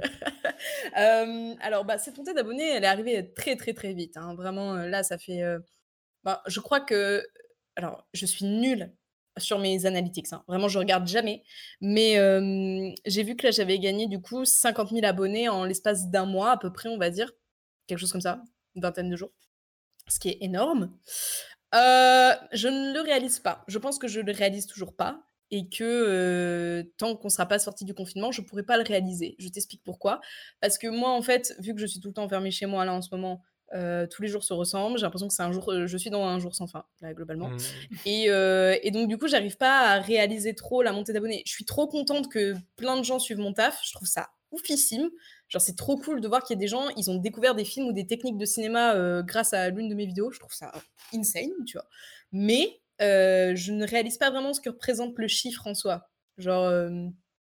Hem, alors, bah, cette montée d'abonnés, elle est arrivée très, très, très vite, hein. Vraiment, heu, là, ça fait, heu, ben, je crois que alors, je suis nulle sur mes analytics, hein. Vraiment, je regarde jamais. Mais, hem, j'ai vu que là, j'avais gagné du coup cinquante mille abonnés en l'espace d'un mois à peu près, on va dire. Quelque chose comme ça, une vingtaine de jours. Ce qui est énorme. Heu, je ne le réalise pas. Je pense que je le réalise toujours pas et que, heu, tant qu'on sera pas sorti du confinement, je pourrai pas le réaliser. Je t'explique pourquoi. Parce que moi, en fait, vu que je suis tout le temps enfermée chez moi là en ce moment, heu, tous les jours se ressemblent. J'ai l'impression que c'est un jour, heu, je suis dans un jour sans fin, là, globalement. Mmh. Et heu et donc du coup, j'arrive pas à réaliser trop la montée d'abonnés. Je suis trop contente que plein de gens suivent mon taf. Je trouve ça oufissime. Genre, c'est trop cool de voir qu'il y a des gens, ils ont découvert des films ou des techniques de cinéma, heu, grâce à l'une de mes vidéos. Je trouve ça insane, tu vois? Mais heu, je ne réalise pas vraiment ce que représente le chiffre en soi. Genre, hem,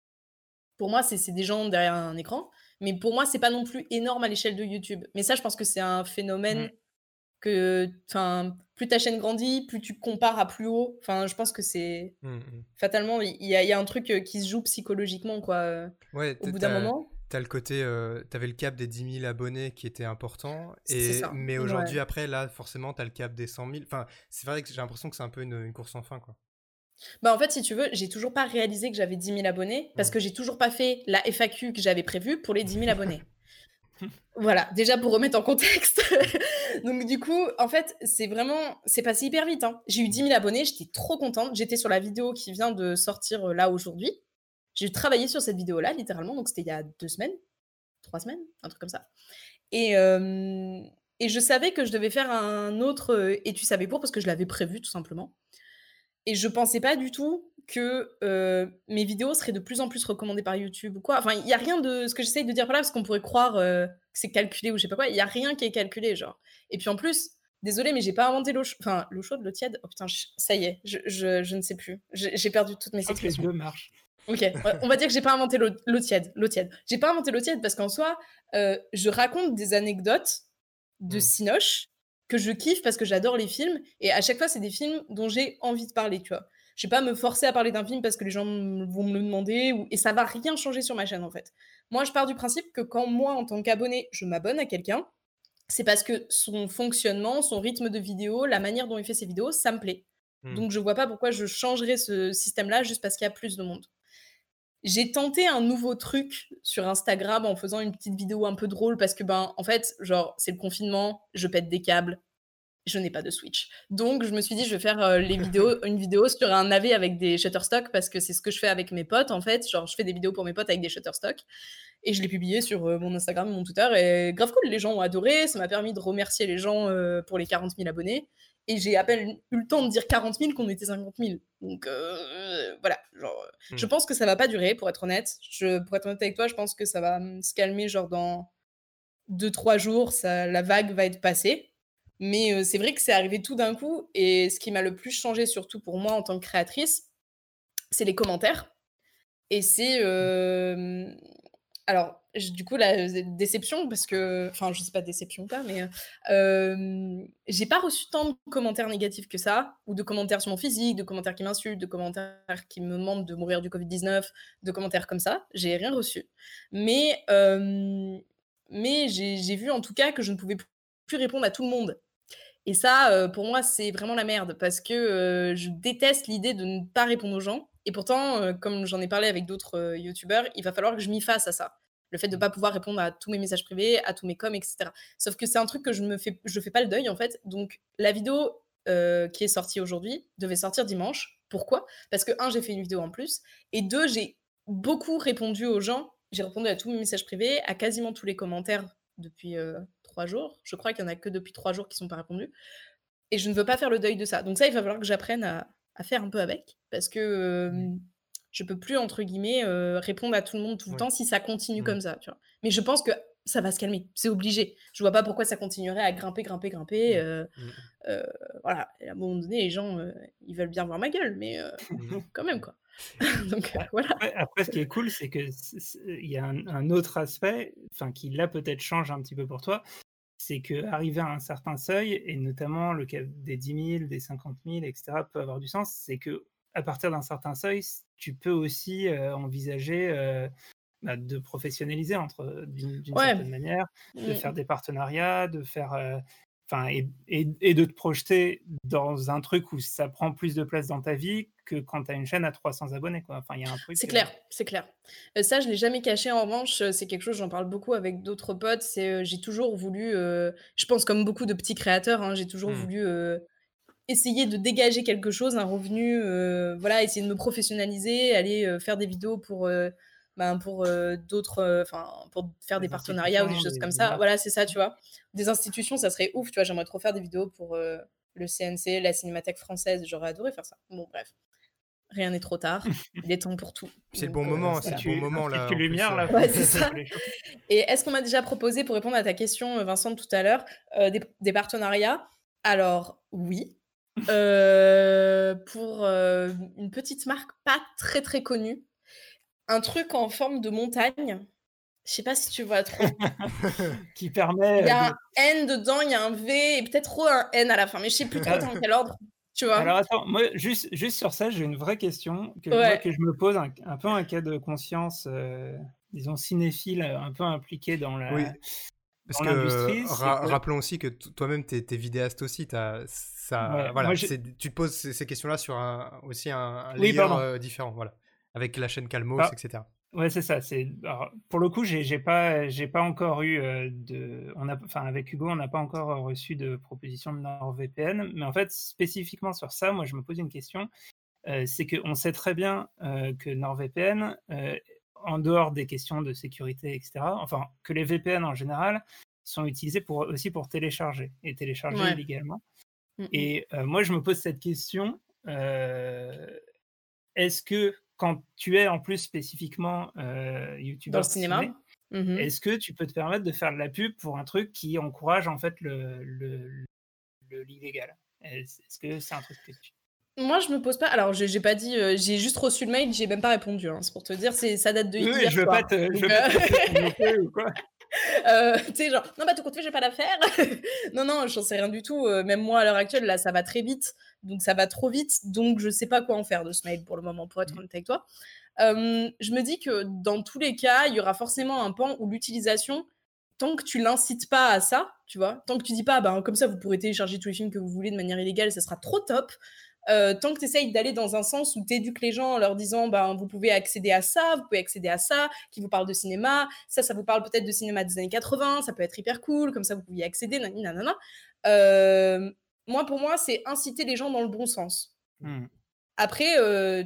pour moi, c'est c'est des gens derrière un écran, mais pour moi, c'est pas non plus énorme à l'échelle de YouTube. Mais ça, je pense que c'est un Mmh. phénomène que enfin, plus ta chaîne grandit, plus tu compares à plus haut. Enfin, je pense que c'est Mmh mh. fatalement, il y a il y a un truc, heu, qui se joue psychologiquement, quoi, heu, Ouais, au tu bout tu d'un as moment. tu as le côté, heu, tu avais le cap des dix mille abonnés qui était important C'est et ça, mais ouais. aujourd'hui après là, forcément, tu as le cap des cent mille. Enfin, c'est vrai que j'ai l'impression que c'est un peu une, une course sans fin, quoi. Bah, en fait, si tu veux, j'ai toujours pas réalisé que j'avais dix mille abonnés parce Mmh. que j'ai toujours pas fait la F A Q que j'avais prévue pour les dix mille abonnés. Voilà, déjà pour remettre en contexte. Mmh. Donc du coup, en fait, c'est vraiment c'est passé hyper vite, hein. J'ai eu Mmh. dix mille abonnés, j'étais trop contente. J'étais sur la vidéo qui vient de sortir, heu, là, aujourd'hui. J'ai travaillé sur cette vidéo-là, littéralement, donc c'était il y a deux semaines, trois semaines, un truc comme ça. Et hem et je savais que je devais faire un autre, heu «Et tu savais pour» parce que je l'avais prévu tout simplement. Et je pensais pas du tout que, heu, mes vidéos seraient de plus en plus recommandées par YouTube ou quoi. Enfin, il y a rien de ce que j'essaye de dire par là, parce qu'on pourrait croire, heu, que c'est calculé ou je sais pas quoi. Il y a rien qui est calculé, genre. Et puis en plus, désolée, mais j'ai pas inventé l'eau ch enfin, l'eau chaude, l'eau tiède? Oh putain, ch ça y est, je je je ne sais plus. J'ai j'ai perdu toutes Je mes crois que les expressions. deux marchent. OK, ouais, on va dire que j'ai pas inventé l'eau l'eau tiède l'eau tiède. J'ai pas inventé l'eau tiède parce qu'en soi, heu, je raconte des anecdotes de Mmh. cinoche que je kiffe parce que j'adore les films et à chaque fois, c'est des films dont j'ai envie de parler, tu vois? Je vais pas me forcer à parler d'un film parce que les gens m vont me le demander ou et ça va rien changer sur ma chaîne, en fait. Moi, je pars du principe que quand moi, en tant qu'abonné, je m'abonne à quelqu'un, c'est parce que son fonctionnement, son rythme de vidéo, la manière dont il fait ses vidéos, ça me plaît. Mmh. Donc je vois pas pourquoi je changerais ce système-là juste parce qu'il y a plus de monde. J'ai tenté un nouveau truc sur Instagram en faisant une petite vidéo un peu drôle parce que, ben, en fait, genre, c'est le confinement, je pète des câbles, je n'ai pas de Switch. Donc je me suis dit: «Je vais faire, heu, les vidéos une vidéo sur un navet avec des Shutterstock» parce que c'est ce que je fais avec mes potes, en fait. Genre, je fais des vidéos pour mes potes avec des Shutterstock et je l'ai publié sur, heu, mon Instagram, mon Twitter et grave cool, les gens ont adoré. Ça m'a permis de remercier les gens, heu, pour les quarante mille abonnés et j'ai à peine eu le temps de dire quarante mille qu'on était cinquante mille. Donc heu, voilà, genre, heu, je Mmh. pense que ça va pas durer pour être honnête. Je pour être honnête avec toi, je pense que ça va, mmh, se calmer genre dans deux trois jours, ça la vague va être passée. Mais heu, c'est vrai que c'est arrivé tout d'un coup et ce qui m'a le plus changé, surtout pour moi en tant que créatrice, c'est les commentaires et c'est, hem, alors j du coup la z déception parce que enfin je sais pas déception ou pas, mais heu, hem, j'ai pas reçu tant de commentaires négatifs que ça ou de commentaires sur mon physique, de commentaires qui m'insultent, de commentaires qui me demandent de mourir du covid dix-neuf, de commentaires comme ça, j'ai rien reçu. Mais hem, mais j'ai j'ai vu en tout cas que je ne pouvais plus répondre à tout le monde et ça, heu, pour moi, c'est vraiment la merde parce que, heu, je déteste l'idée de ne pas répondre aux gens et pourtant, heu, comme j'en ai parlé avec d'autres, heu, youtubeurs, il va falloir que je m'y fasse à ça. Le fait de pas pouvoir répondre à tous mes messages privés, à tous mes coms et cetera. Sauf que c'est un truc que je me fais je fais pas le deuil, en fait, donc la vidéo, heu, qui est sortie aujourd'hui devait sortir dimanche. Pourquoi? Parce que un, j'ai fait une vidéo en plus et deux, j'ai beaucoup répondu aux gens. J'ai répondu à tous mes messages privés, à quasiment tous les commentaires depuis, heu, trois jours. Je crois qu'il y en a que depuis trois jours qui sont pas répondus et je ne veux pas faire le deuil de ça. Donc ça, il va falloir que j'apprenne à à faire un peu avec parce que, Mmh. hem, je peux plus entre guillemets, heu, «répondre à tout le monde tout le Ouais. temps» si ça continue Mmh. comme ça, tu vois? Mais je pense que ça va se calmer, c'est obligé. Je vois pas pourquoi ça continuerait à grimper, grimper, grimper, Mmh. heu Mmh. heu, voilà et à un moment donné, les gens, heu, ils veulent bien voir ma gueule, mais heu, Mmh. quand même, quoi. Donc heu, A voilà. après après ce qui est cool, c'est que c c il y a un un autre aspect, enfin qui là peut-être change un petit peu pour toi, c'est qu'arriver à un certain seuil et notamment le cas des dix mille, des cinquante mille et cetera peut avoir du sens. C'est qu'à partir d'un certain seuil, s tu peux aussi, heu, envisager, heu, bah, de professionnaliser entre d'une d'une Ouais. certaine manière, de Mmh. faire des partenariats, de faire, heu, enfin et et et de te projeter dans un truc où ça prend plus de place dans ta vie que quand tu as une chaîne à trois cents abonnés, quoi. Enfin, il y a un truc, C'est heu clair, c'est clair. Heu, ça, je l'ai jamais caché en revanche, heu, c'est quelque chose, j'en parle beaucoup avec d'autres potes, c'est, heu, j'ai toujours voulu, heu, je pense comme beaucoup de petits créateurs, hein, j'ai toujours Mmh. voulu, heu, essayer de dégager quelque chose, un revenu, heu, voilà, essayer de me professionnaliser, aller, heu, faire des vidéos pour, heu, ben, pour, heu, d'autres, heu, enfin, pour faire des des partenariats ou des institutions, choses des comme des ça. marques. Voilà, c'est ça, tu vois? Des institutions, ça serait ouf, tu vois? J'aimerais trop faire des vidéos pour, heu, le C N C, la Cinémathèque française, j'aurais adoré faire ça. Bon bref, rien n'est trop tard, il est temps pour tout, C'est le bon donc heu, moment, c'est le voilà. bon Institut moment là Institut en plus, Lumière heu là, faut Ouais, c'est faut ça faut les choper. et est-ce qu'on m'a déjà proposé, pour répondre à ta question, heu, Vincent, tout à l'heure, heu, des p des partenariats? Alors oui, heu, pour, heu, une petite marque pas très, très connue, un truc en forme de montagne. Je sais pas si tu vois trop? Qui Il y permet, heu, a un de N dedans, il y a un V et peut-être trop un N à la fin, mais je sais plus trop ah, dans quel ordre, tu vois? alors attends, moi juste juste sur ça, j'ai une vraie question que moi Ouais. que je me pose, un un peu un cas de conscience, heu, disons cinéphile, heu, un peu impliqué dans Oui, la parce dans que l'industrie, c'est ra que rappelons aussi que t toi-même tu es tu es vidéaste aussi, tu as ça ouais, moi voilà, j'ai c'est tu te poses ces ces questions-là sur un aussi un un oui layer, pardon. heu, différent, voilà, avec la chaîne Calmos Bah, et cetera. ouais, c'est ça, c'est alors pour le coup, j'ai j'ai pas j'ai pas encore eu, heu, de on a enfin avec Hugo, on n'a pas encore, heu, reçu de proposition de NordVPN, mais en fait, spécifiquement sur ça, moi je me pose une question, heu, c'est qu'on sait très bien, heu, que NordVPN, heu, en dehors des questions de sécurité et cetera, enfin que les V P N en général sont utilisés pour aussi pour télécharger et télécharger Ouais. illégalement Mmh mh. et heu, moi je me pose cette question, heu est-ce que quand tu es en plus spécifiquement, heu, Dans le youtubeur ciné, cinéma? Mmh mh. est-ce que tu peux te permettre de faire de la pub pour un truc qui encourage en fait le le le l'illégal? Est-ce est-ce que c'est un truc que tu Moi, je me pose pas alors j'ai j'ai pas dit, heu, j'ai juste reçu le mail, j'ai même pas répondu, hein. C'est pour te dire, c'est ça date de Oui, oui, hier je veux pas soir. te je Donc, veux heu, pas te taper sur le mot-clé ou quoi. heu, tu sais, genre: «Non, bah, ton compte fait, je vais pas la faire». Non, non, j'en sais rien du tout, heu, même moi, à l'heure actuelle, là, ça va très vite, donc ça va trop vite, donc je sais pas quoi en faire de ce mail pour le moment, pour être Mmh. honnête avec toi. Hem, je me dis que dans tous les cas, il y aura forcément un pan où l'utilisation, tant que tu l'incites pas à ça, tu vois? Tant que tu dis pas: «Ben, comme ça, vous pourrez télécharger tous les films que vous voulez de manière illégale, ça sera trop top». Heu, tant que tu essayes d'aller dans un sens où tu éduques les gens en leur disant: «Ben, vous pouvez accéder à ça, vous pouvez accéder à ça, qui vous parle de cinéma, ça, ça vous parle peut-être de cinéma des années quatre-vingts, ça peut être hyper cool, comme ça vous pouviez y accéder, nani nanana». Hem, moi, pour moi, c'est inciter les gens dans le bon sens. Mmh. Après, heu,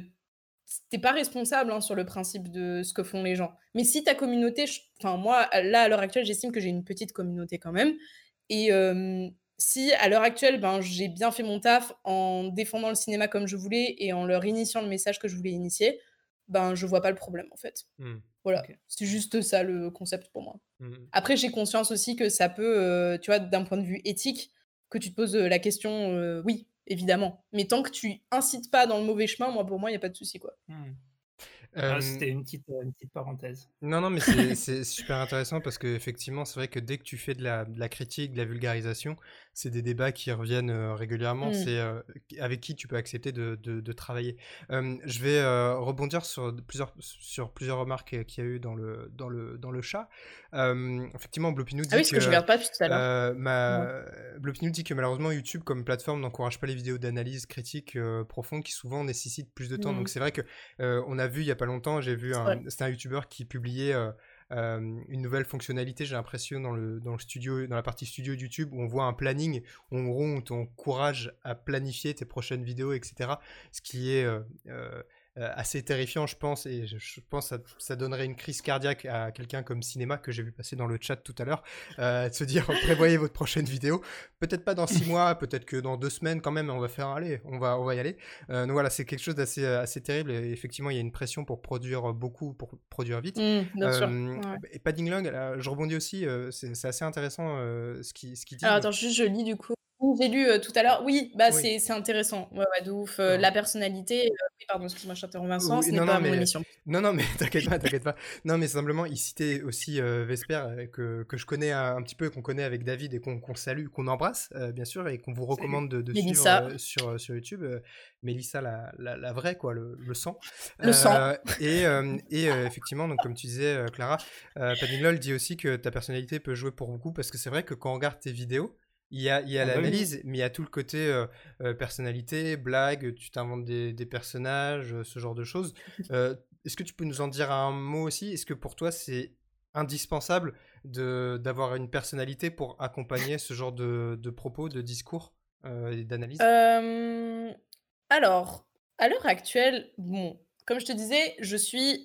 tu pas responsable, hein, sur le principe de ce que font les gens. Mais si ta communauté ch enfin moi, là, à l'heure actuelle, j'estime que j'ai une petite communauté quand même et hem, si à l'heure actuelle, ben, j'ai bien fait mon taf en défendant le cinéma comme je voulais et en leur initiant le message que je voulais initier, ben, je vois pas le problème, en fait. Mmh. Voilà, OK. c'est juste ça le concept pour moi. Mmh. Après, j'ai conscience aussi que ça peut, heu, tu vois, d'un point de vue éthique, que tu te poses, heu, la question, heu, oui, évidemment. Mais tant que tu incites pas dans le mauvais chemin, moi, pour moi, il y a pas de souci, quoi. Mmh. Ah, Hem c'était une petite, heu, une petite parenthèse. Non, non, mais c'est c'est super intéressant parce qu'effectivement, c'est vrai que dès que tu fais de la, de la critique, de la vulgarisation, c'est des débats qui reviennent euh, régulièrement. Mmh. C'est euh, avec qui tu peux accepter de, de, de travailler. Euh, je vais euh, rebondir sur plusieurs, sur plusieurs remarques euh, qu'il y a eu dans le, dans le, dans le chat. Euh, effectivement, Blopinou Ah oui, dit parce que je que regarde pas depuis tout à l'heure. euh, Ouais. ma... Blopinou dit que malheureusement YouTube comme plateforme n'encourage pas les vidéos d'analyse critique euh, profonde qui souvent nécessitent plus de temps. Donc Mmh. c'est vrai que euh, on a vu il y a pas longtemps, j'ai vu C'est un, vrai. c'était un YouTuber qui publiait euh, euh, une nouvelle fonctionnalité, j'ai l'impression, dans le, dans le studio, dans la partie studio de YouTube, où on voit un planning, où en gros, on t'encourage à planifier tes prochaines vidéos, et cetera. Ce qui est euh, euh, euh, assez terrifiant, je pense, et je, je pense que ça, ça donnerait une crise cardiaque à quelqu'un comme Cinéma, que j'ai vu passer dans le chat tout à l'heure, euh, de se dire, prévoyez votre prochaine vidéo, peut-être pas dans six mois, peut-être que dans deux semaines quand même, on va faire, allez, on va, on va y aller. Euh, donc voilà, c'est quelque chose d'assez assez terrible, et effectivement, il y a une pression pour produire beaucoup, pour produire vite. Mmh, bien sûr. Euh, Ouais. et Padding Log, là, je rebondis aussi, euh, c'est c'est assez intéressant euh, ce qu'il ce qu'il dit. Alors Donc, attends, juste je lis du coup. Oui, j'ai lu, heu, tout à l'heure. Oui, bah, oui. c'est c'est intéressant. Ouais, ouais, de ouf, heu, Alors, la personnalité, heu oui, pardon, excuse-moi, je t'interromps Vincent, oui, ce n'est non, pas non, mon mais émission. non, non, mais t'inquiète pas, t'inquiète pas. Non, mais simplement, il citait aussi euh, Vesper euh, que, que je connais un, un petit peu, qu'on connaît avec David et qu'on qu'on salue, qu'on embrasse euh, bien sûr, et qu'on vous Salut. recommande de, de suivre Mélissa, euh, sur euh, sur YouTube. Euh, Mélissa, la, la, la vraie, quoi, le, le sang. le sang. Euh, et euh, et euh, effectivement, donc comme tu disais, euh, Clara, euh, Padding Lol dit aussi que ta personnalité peut jouer pour beaucoup parce que c'est vrai que quand on regarde tes vidéos. Il y a, il y a Ah bah oui. Mmh. l'analyse, mais il y a tout le côté euh, euh, personnalité, blague, tu t'inventes des, des personnages, euh, ce genre de choses. Euh, Est-ce que tu peux nous en dire un mot aussi? Est-ce que pour toi c'est indispensable de d'avoir une personnalité pour accompagner ce genre de, de propos, de discours euh, et d'analyse? Hem, alors, à l'heure actuelle, bon, comme je te disais, je suis,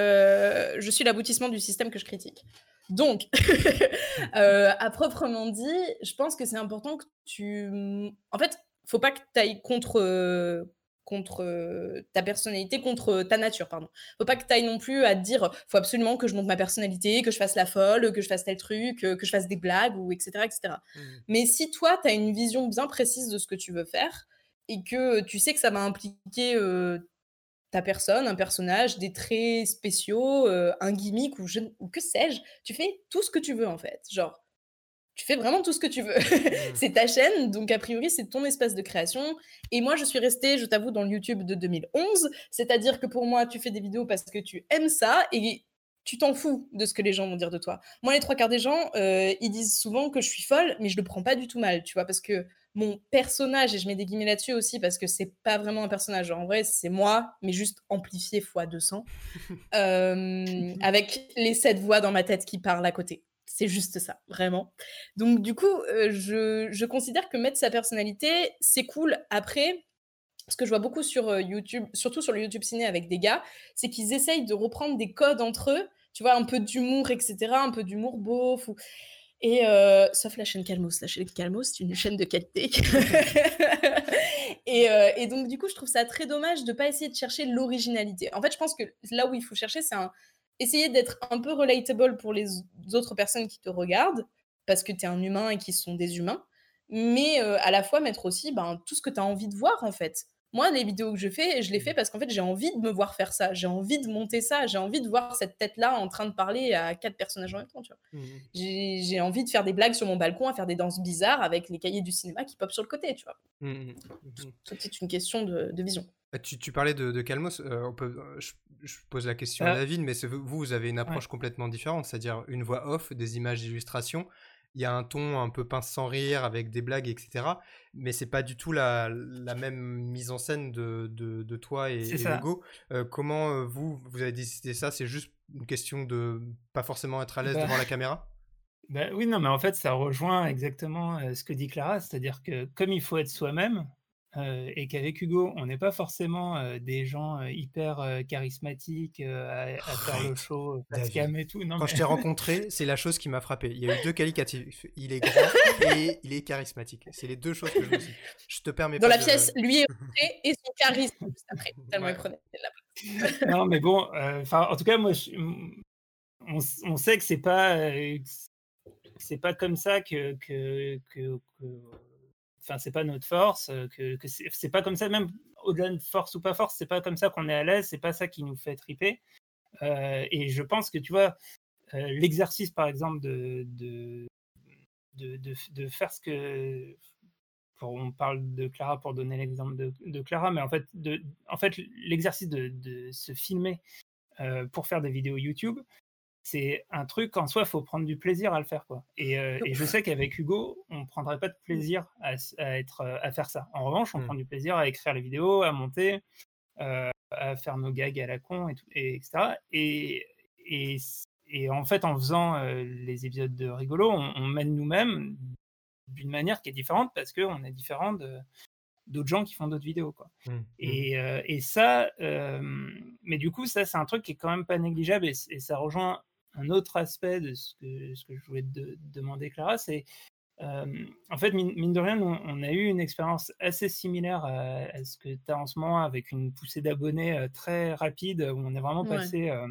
heu, je suis l'aboutissement du système que je critique. Donc, heu, à proprement dit, je pense que c'est important que tu, mmh, en fait, faut pas que tu ailles contre, heu, contre, heu, ta personnalité, contre, ta nature, pardon. Faut pas que tu ailles non plus à te dire: «Faut absolument que je montre ma personnalité, que je fasse la folle, que je fasse tel truc, heu, que je fasse des blagues» ou et cetera et cetera. Mhm. Mais si toi, tu as une vision bien précise de ce que tu veux faire et que tu sais que ça va impliquer, heu, ta personne, un personnage, des traits spéciaux, heu, un gimmick ou je n ou que sais-je, tu fais tout ce que tu veux, en fait. Genre, tu fais vraiment tout ce que tu veux. Mhm. C'est ta chaîne, donc a priori, c'est ton espace de création et moi, je suis restée, je t'avoue, dans le YouTube de deux mille onze, c'est-à-dire que pour moi, tu fais des vidéos parce que tu aimes ça et tu t'en fous de ce que les gens vont dire de toi. Moi, les trois quarts des gens, heu, ils disent souvent que je suis folle, mais je le prends pas du tout mal, tu vois? Parce que mon personnage et je mets des guillemets là-dessus aussi parce que c'est pas vraiment un personnage, genre, en vrai, c'est moi, mais juste amplifié fois deux cents, hem, avec les sept voix dans ma tête qui parlent à côté. C'est juste ça, vraiment. Donc du coup, heu, je je considère que mettre sa personnalité, c'est cool. Après, ce que je vois beaucoup sur, heu, YouTube, surtout sur le YouTube ciné avec des gars, c'est qu'ils essayent de reprendre des codes entre eux, tu vois? Un peu d'humour et cetera, un peu d'humour beauf ou et heu, sauf la chaîne Calmos. La chaîne Calmos, c'est une chaîne de qualité. Et heu et donc du coup, je trouve ça très dommage de pas essayer de chercher l'originalité. En fait, je pense que là où il faut chercher, c'est un essayer d'être un peu relatable pour les autres personnes qui te regardent, parce que tu es un humain et qu'ils sont des humains, mais heu, à la fois mettre aussi, ben, tout ce que tu as envie de voir, en fait. Moi, les vidéos que je fais, je les fais parce qu'en fait, j'ai envie de me voir faire ça. J'ai envie de monter ça. J'ai envie de voir cette tête-là en train de parler à quatre personnages en même temps, tu vois? Mmh. J'ai j'ai envie de faire des blagues sur mon balcon, à faire des danses bizarres avec les cahiers du cinéma qui popent sur le côté, tu vois? Mmh mh. Mmh. Tout est une question de de vision. Bah, tu tu parlais de de Calmos, heu, on peut, heu, je je pose la question à Ah, David, mais c'est vous vous avez une ouais. approche complètement différente, c'est-à-dire une voix off, des images d'illustration. Il y a un ton un peu pince sans rire avec des blagues et cetera, mais c'est pas du tout la la même mise en scène de de de toi et C'est et ça. Hugo. Heu, comment, heu, vous, vous avez décidé ça? C'est juste une question de pas forcément être à l'aise Bah devant la caméra? bah, oui, non, mais en fait, ça rejoint exactement, heu, ce que dit Clara. C'est-à-dire que comme il faut être soi-même, heu et qu'avec Hugo, on n'est pas forcément, heu, des gens, heu, hyper, heu, charismatiques, heu, à à faire le Arrête, show, heu, face David. cam et tout. Non, Quand mais je t'ai rencontré, c'est la chose qui m'a frappé. Il y a eu deux qualificatifs. Il est grand et il est charismatique. C'est les deux choses que je me suis dit. Je te permets Dans pas la de pièce, lui est rentré et son charisme juste après, tellement il ouais. prenait de la non, mais bon, heu, enfin, en tout cas, moi, je mmh, on s on sait que c'est pas, heu, c'est pas comme ça que que que que enfin, c'est pas notre force, heu, que que c'est c'est pas comme ça, même au-delà de force ou pas force, c'est pas comme ça qu'on est à l'aise, c'est pas ça qui nous fait triper. Heu et je pense que, tu vois, heu, l'exercice, par exemple, de de de de f de faire ce que pour on parle de Clara pour donner l'exemple de de Clara, mais en fait, de en fait, l'exercice de de se filmer, heu, pour faire des vidéos YouTube, c'est un truc en soi, il faut prendre du plaisir à le faire, quoi. Et, heu, de et je ouf. sais qu'avec Hugo, on prendrait pas de plaisir à, à être, à faire ça. En revanche, on Mmh. prend du plaisir à écrire les vidéos, à monter, euh, à faire nos gags à la con, et tout, et, etc. Et, et, et en fait, en faisant euh, les épisodes de rigolo, on, on mène nous-mêmes d'une manière qui est différente parce qu'on est différent de, d'autres gens qui font d'autres vidéos, quoi. Mmh. Mmh. Et, euh, et ça, euh, mais du coup, ça, c'est un truc qui est quand même pas négligeable et, et ça rejoint un autre aspect de ce que, ce que je voulais te demander, Clara, c'est euh, en fait, mine, mine de rien, on, on a eu une expérience assez similaire à, à ce que tu as en ce moment avec une poussée d'abonnés euh, très rapide où on est vraiment Ouais. passé euh,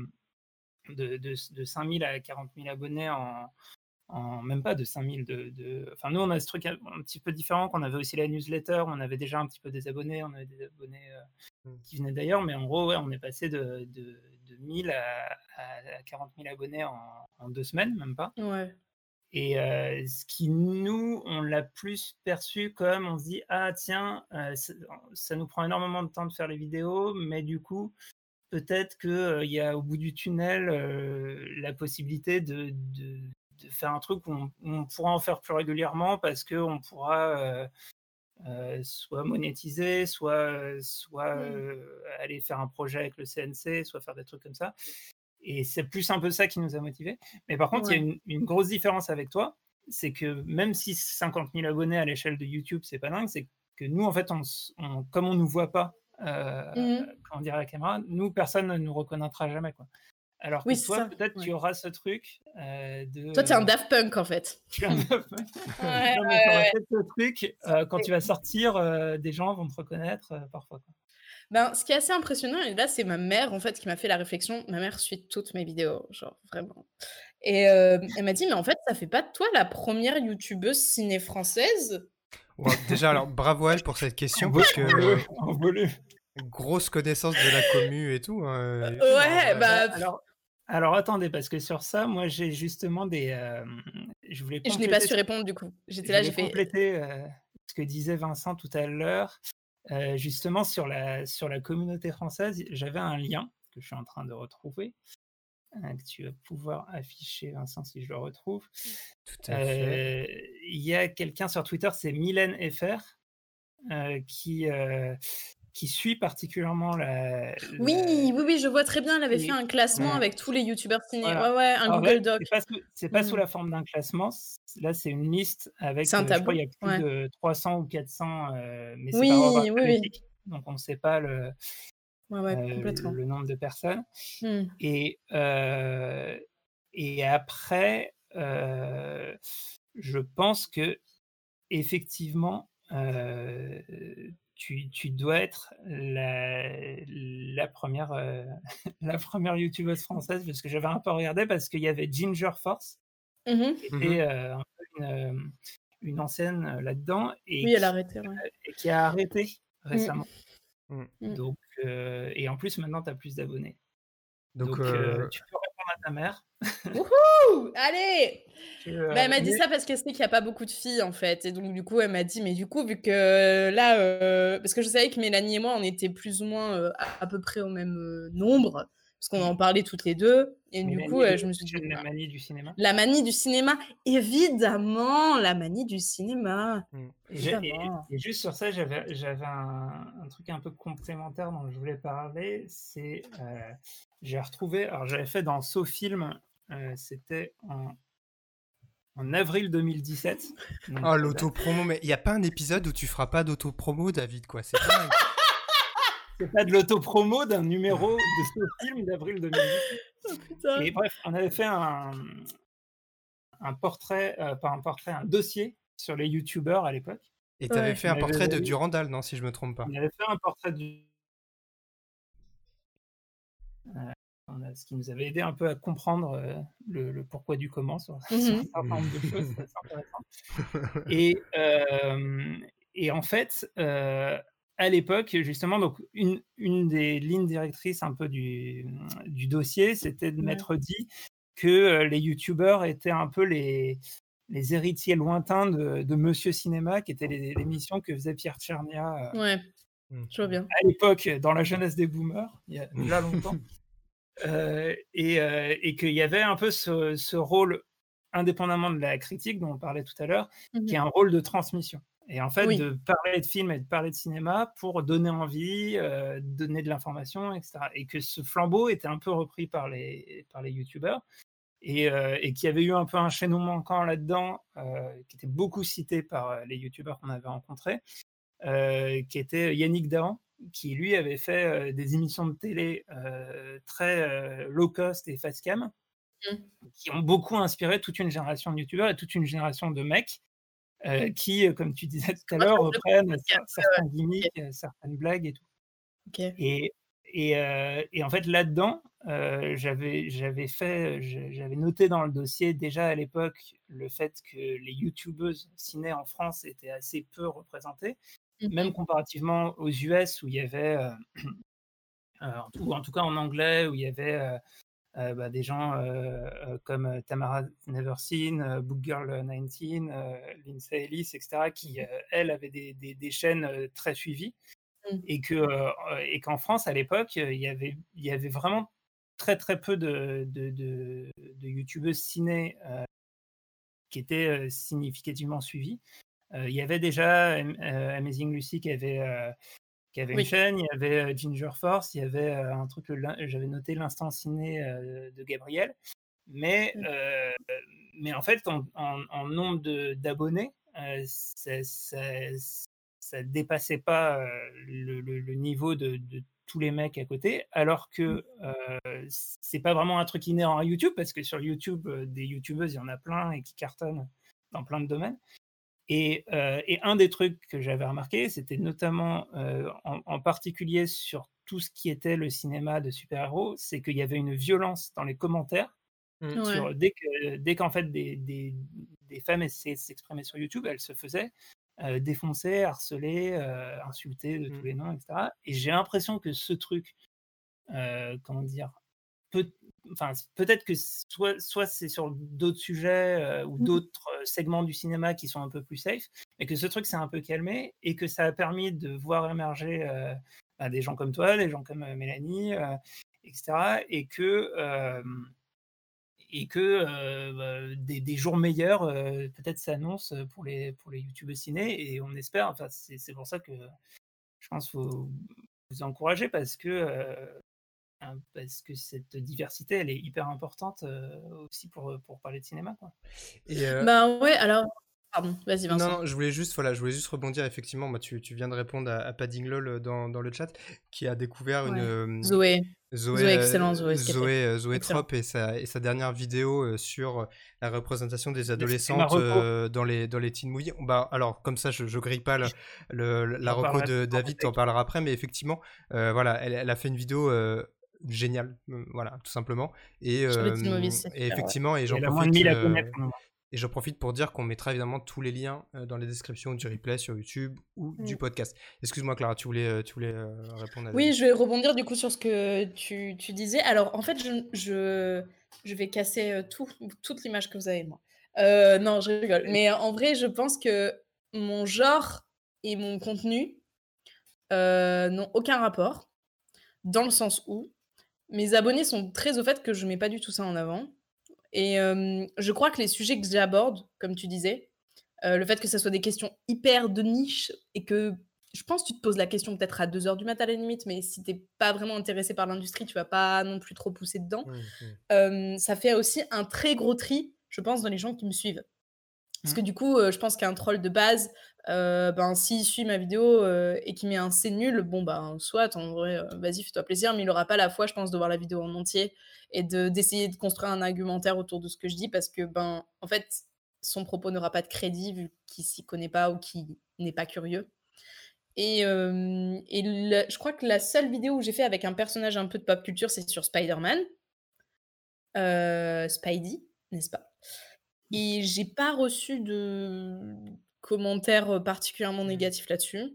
de, de, de cinq mille à quarante mille abonnés en, en même pas de cinq mille. De, de... Enfin, nous, on a ce truc un, un petit peu différent, qu'on avait aussi la newsletter, on avait déjà un petit peu des abonnés, on avait des abonnés euh, Mmh. qui venaient d'ailleurs, mais en gros, ouais, on est passé de, de, de mille à, à quarante mille abonnés en, en deux semaines, même pas. Ouais. Et euh, ce qui, nous, on l'a plus perçu comme, on se dit, ah tiens, euh, ça, ça nous prend énormément de temps de faire les vidéos, mais du coup, peut-être qu'il euh, y a au bout du tunnel euh, la possibilité de, de, de faire un truc où on, où on pourra en faire plus régulièrement parce qu'on pourra euh, euh, soit monétiser, soit, soit Mmh. euh, aller faire un projet avec le C N C, soit faire des trucs comme ça. Et c'est plus un peu ça qui nous a motivés. Mais par contre, il y a Ouais. une, une grosse différence avec toi, c'est que même si cinquante mille abonnés à l'échelle de YouTube, c'est pas dingue, c'est que nous, en fait, on, on, comme on nous voit pas, euh, Mmh. quand on dirait à la caméra, nous, personne ne nous reconnaîtra jamais, quoi. Alors que Oui, c'est toi, ça. peut-être tu Ouais. auras ce truc euh, de. Toi, tu es un euh, Daft Punk, en fait. je suis un peu- Ouais, non, mais tu auras ouais, peut-être ce truc, euh, quand ouais. tu vas sortir, euh, des gens vont te reconnaître euh, parfois, quoi. Ben, ce qui est assez impressionnant, et là, c'est ma mère, en fait, qui m'a fait la réflexion. Ma mère suit toutes mes vidéos, genre, vraiment. Et euh, elle m'a dit, mais en fait, ça fait pas de toi la première youtubeuse ciné française? Wow, déjà, alors bravo à elle pour cette En, question vo- parce en volume, que en volume. grosse connaissance de la commu et tout, hein, et tout, en Ouais, vrai. Bah, bah, pff, alors, alors attendez, parce que sur ça, moi j'ai justement des. euh, je voulais je n'ai pas compléter, su répondre, du coup. J'étais je là, voulais j'ai fait, compléter euh, ce que disait Vincent tout à l'heure. Euh, justement, sur la, sur la communauté française, j'avais un lien que je suis en train de retrouver, euh, que tu vas pouvoir afficher, Vincent, si je le retrouve. Tout à fait. Euh, Il y a quelqu'un sur Twitter, c'est Mylène F R, euh, qui, euh, qui suit particulièrement la, oui, la- oui, oui, je vois très bien, elle avait fait et un classement Mmh. avec tous les youtubeurs ciné. voilà. Ouais, ouais, un En fait, Google Doc. c'est pas sous, c'est pas sous Hmm. la forme d'un classement. Là, c'est une liste C'est avec, un euh, je crois, il tableau. y a plus Ouais. de trois cents ou quatre cents, euh, mais c'est par ordre Oui, oui, oui. alphabétique, donc on ne sait pas le, Ouais, ouais, euh, complètement. le nombre de personnes. Hmm. Et, euh, et après, euh, je pense que effectivement, euh, tu, tu dois être la, la première, euh, la première youtubeuse française, parce que j'avais un peu regardé, parce qu'il y avait Ginger Force, Mhm. qui Mmh. était euh, un peu une, euh, une ancienne euh, là-dedans, et Oui, elle a qui, arrêté, ouais. et qui a arrêté Hmm. récemment. Mmh. Mmh. Donc, euh, et en plus, maintenant, tu as plus d'abonnés. Donc, Donc, euh, euh, tu peux répondre à ta mère. Wouhou! Allez! que, euh, Bah, elle m'a dit mais- ça parce qu'elle sait qu'il n'y a pas beaucoup de filles, en fait. Et donc, du coup, elle m'a dit, mais du coup, vu que là, euh, parce que je savais que Mélanie et moi, on était plus ou moins euh, à, à peu près au même euh, nombre, parce qu'on en parlait toutes les deux. Et du Mélanie coup, euh, de je me la suis dit, chaîne La bah, Manie du cinéma. la manie du cinéma, évidemment, la manie du cinéma. mm. Et, j'ai- et- Évidemment. et juste sur ça, j'avais j'avais un, un truc un peu complémentaire dont je voulais parler. C'est, euh, j'ai retrouvé, alors j'avais fait dans SoFilm, euh, c'était en, en avril deux mille dix-sept. Donc, Oh, euh, l'auto-promo, mais il n'y a pas un épisode où tu feras pas d'auto-promo, David, quoi. C'est dingue. c'est pas de l'auto-promo d'un numéro de SoFilm d'avril deux mille dix-sept. Oh, putain. Et bref, on avait fait un, un portrait, euh, pas un portrait, un dossier sur les youtubeurs à l'époque. Et t'avais Ouais. fait un On portrait de avait- Durandal, non, si je me trompe pas. On avait fait un portrait du. Euh, on a- ce qui nous avait aidé un peu à comprendre euh, le, le pourquoi du comment sur, sur Mhm. un certain nombre de choses, c'est assez intéressant. Et, euh, et en fait, euh, à l'époque, justement, donc une, une des lignes directrices un peu du, du dossier, c'était de Ouais. m'être dit que euh, les youtubeurs étaient un peu les, les héritiers lointains de, de Monsieur Cinéma, qui étaient les, les émissions que faisait Pierre Tchernia euh, Ouais, Mm. je vois bien. à l'époque, dans la jeunesse des boomers, il y a là longtemps. Euh, et, euh, et qu'il y avait un peu ce, ce rôle, indépendamment de la critique dont on parlait tout à l'heure, Mhm. qui est un rôle de transmission. Et en fait, Oui. de parler de films et de parler de cinéma pour donner envie, euh, donner de l'information, et cetera. Et que ce flambeau était un peu repris par les, par les youtubeurs. Et, euh, et qu'il y avait eu un peu un chaînon manquant là-dedans, euh, qui était beaucoup cité par euh, les youtubeurs qu'on avait rencontrés, euh, qui était Yannick Dahan, qui lui avait fait euh, des émissions de télé euh, très euh, low cost et fast cam, Mm. qui ont beaucoup inspiré toute une génération de youtubeurs et toute une génération de mecs euh, qui, euh, comme tu disais tout à Moi, l'heure, je pense que reprennent le cer- podcast, certains gimmicks, euh, certaines blagues et tout. Ok. Et, et, euh, et en fait, là-dedans, euh, j'avais, j'avais fait, je- j'avais noté dans le dossier déjà à l'époque le fait que les youtubeuses ciné en France étaient assez peu représentées, Mhm. même comparativement aux U S où il y avait, euh, euh, ou en tout cas en anglais, où il y avait euh, euh, bah, des gens euh, euh, comme euh, Tamara Neverseen, euh, Bookgirl dix-neuf, euh, Lindsay Ellis, et cetera, qui, euh, elles, avaient des, des, des chaînes euh, très suivies. Mm. Et, que, euh, et qu'en France, à l'époque, il y avait, il y avait vraiment très très peu de, de, de, de youtubeuses ciné euh, qui étaient euh, significativement suivies. Euh, il y avait déjà euh, Amazing Lucy qui avait, euh, qui avait Oui. une chaîne, il y avait euh, Ginger Force, il y avait euh, un truc, j'avais noté l'instant ciné euh, de Gabriel. Mais, Mm. euh, mais en fait, en, en, en nombre de, d'abonnés, euh, ça, ça, ça dépassait pas euh, le, le, le niveau de, de tous les mecs à côté, alors que euh, c'est pas vraiment un truc inhérent à YouTube, parce que sur YouTube, euh, des youtubeuses, il y en a plein et qui cartonnent dans plein de domaines. Et, euh, et un des trucs que j'avais remarqué, c'était notamment euh, en, en particulier sur tout ce qui était le cinéma de super-héros, c'est qu'il y avait une violence dans les commentaires. Mm. Sur, Ouais. dès, que, dès qu'en fait des, des, des femmes essayaient de s'exprimer sur YouTube, elles se faisaient euh, défoncer, harceler, euh, insulter de Mm. tous les noms, et cetera. Et j'ai l'impression que ce truc, euh, comment dire, peut, enfin, peut-être que soit, soit c'est sur d'autres sujets euh, ou Mhm. d'autres euh, segments du cinéma qui sont un peu plus safe, mais que ce truc s'est un peu calmé et que ça a permis de voir émerger euh, bah, des gens comme toi, des gens comme euh, Mélanie, euh, et cetera. Et que euh, et que euh, bah, des, des jours meilleurs euh, peut-être s'annoncent pour les, pour les youtubeurs ciné, et on espère, enfin, c'est, c'est pour ça que je pense qu'il faut vous encourager, parce que, euh, parce que cette diversité, elle est hyper importante euh, aussi pour, pour parler de cinéma, quoi. Et euh, Bah ouais, alors. Pardon, vas-y, non, Vincent. non, je voulais juste, voilà, je voulais juste rebondir, effectivement, moi, tu, tu viens de répondre à, à Padding Lol dans, dans le chat, qui a découvert une... Ouais. euh, Zoé. Zoé, Zoé, euh, excellent, Zoé, ce qu'elle Zoé, fait. euh, Zoé Excellent. Trop et sa, et sa dernière vidéo euh, sur euh, la représentation des C'était ma adolescentes reco. euh, dans les, dans les teen movies. Bah, alors, comme ça, je, je grille pas le, le- la J'en reco parlerai de plus en David, t'en détail. parleras après, mais effectivement, euh, voilà, elle, elle a fait une vidéo euh, géniale, euh, voilà, tout simplement. Et, Sur les euh, teen movies, c'est et super, ouais. effectivement, et Et j'en elle a moins de profite... mille euh, abonnés pour le moment. et j'en profite pour dire qu'on mettra évidemment tous les liens euh, dans les descriptions du replay sur YouTube ou Mm. du podcast. Excuse-moi Clara, tu voulais, euh, tu voulais euh, répondre à Oui, David. je vais rebondir du coup sur ce que tu, tu disais. Alors, en fait, je, je, je vais casser euh, tout, toute l'image que vous avez de moi. Euh, non, je rigole. Mais en vrai, je pense que mon genre et mon contenu euh, n'ont aucun rapport, dans le sens où mes abonnés sont très au fait que je mets pas du tout ça en avant. Et euh, je crois que les sujets que j'aborde, comme tu disais, euh, le fait que ce soit des questions hyper de niche et que je pense que tu te poses la question peut-être à deux heures du matin à la limite, mais si t'es pas vraiment intéressé par l'industrie, tu vas pas non plus trop pousser dedans. Mmh, mmh. Euh, ça fait aussi un très gros tri, je pense, dans les gens qui me suivent. Parce que Mm. du coup, euh, je pense qu'un troll de base, euh, ben, s'il suit ma vidéo euh, et qu'il met un c'est nul, bon, ben, soit, en vrai, euh, vas-y, fais-toi plaisir, mais il aura pas la foi, je pense, de voir la vidéo en entier et de, d'essayer de construire un argumentaire autour de ce que je dis parce que, ben, en fait, son propos n'aura pas de crédit vu qu'il s'y connaît pas ou qu'il n'est pas curieux. Et, euh, et le- je crois que la seule vidéo où j'ai fait avec un personnage un peu de pop culture, c'est sur Spider-Man. Euh, Spidey, n'est-ce pas? Et j'ai pas reçu de commentaires particulièrement Mmh. négatifs là-dessus.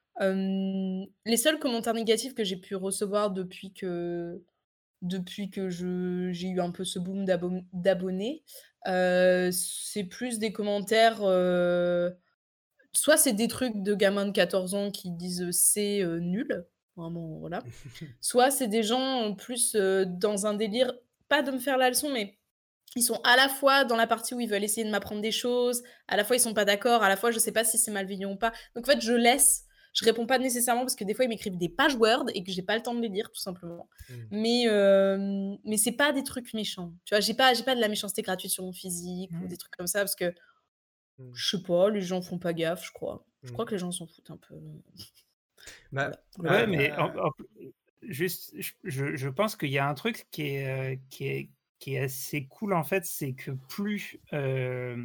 Euh, les seuls commentaires négatifs que j'ai pu recevoir depuis que, depuis que je, j'ai eu un peu ce boom d'abo- d'abonnés, euh, c'est plus des commentaires. euh, soit c'est des trucs de gamins de quatorze ans qui disent c'est euh, nul, vraiment, voilà. Soit c'est des gens en plus euh, dans un délire, pas de me faire la leçon, mais ils sont à la fois dans la partie où ils veulent essayer de m'apprendre des choses, à la fois ils sont pas d'accord, à la fois je sais pas si c'est malveillant ou pas. Donc en fait, je laisse, je réponds pas nécessairement parce que des fois ils m'écrivent des pages Word et que j'ai pas le temps de les lire tout simplement. Mmh. Mais euh, mais c'est pas des trucs méchants. Tu vois, j'ai pas j'ai pas de la méchanceté gratuite sur mon physique ou Mm. des trucs comme ça parce que Mmh. je sais pas, les gens font pas gaffe, je crois. Je Mmh. crois que les gens s'en foutent un peu. Bah, Voilà. Ouais, ah, mais ah, en- en- juste, je, je- je pense qu'il y a un truc qui est, euh, qui est, qui est assez cool en fait, c'est que plus euh,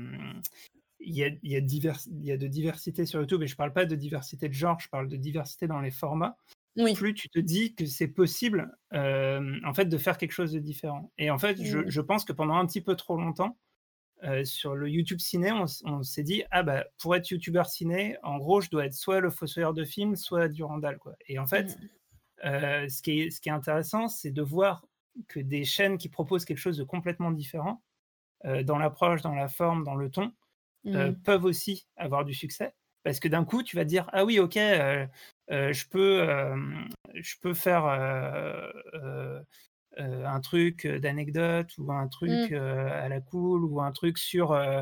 il y a, il y, a divers- il y a de diversité sur YouTube, et je parle pas de diversité de genre, je parle de diversité dans les formats, Oui. plus tu te dis que c'est possible euh, en fait de faire quelque chose de différent. Et en fait, je, Mm. je pense que pendant un petit peu trop longtemps, euh, sur le YouTube ciné, on, s- on s'est dit ah bah pour être youtubeur ciné, en gros, je dois être soit le fossoyeur de film, soit Durandal quoi. Et en fait, Mm. euh, ce qui est, ce qui est intéressant, c'est de voir que des chaînes qui proposent quelque chose de complètement différent, euh, dans l'approche, dans la forme, dans le ton, euh, Mm. peuvent aussi avoir du succès. Parce que d'un coup, tu vas te dire, ah oui, ok, euh, euh, je, peux, euh, je peux faire euh, euh, euh, un truc d'anecdote ou un truc Mm. euh, à la cool ou un truc sur euh,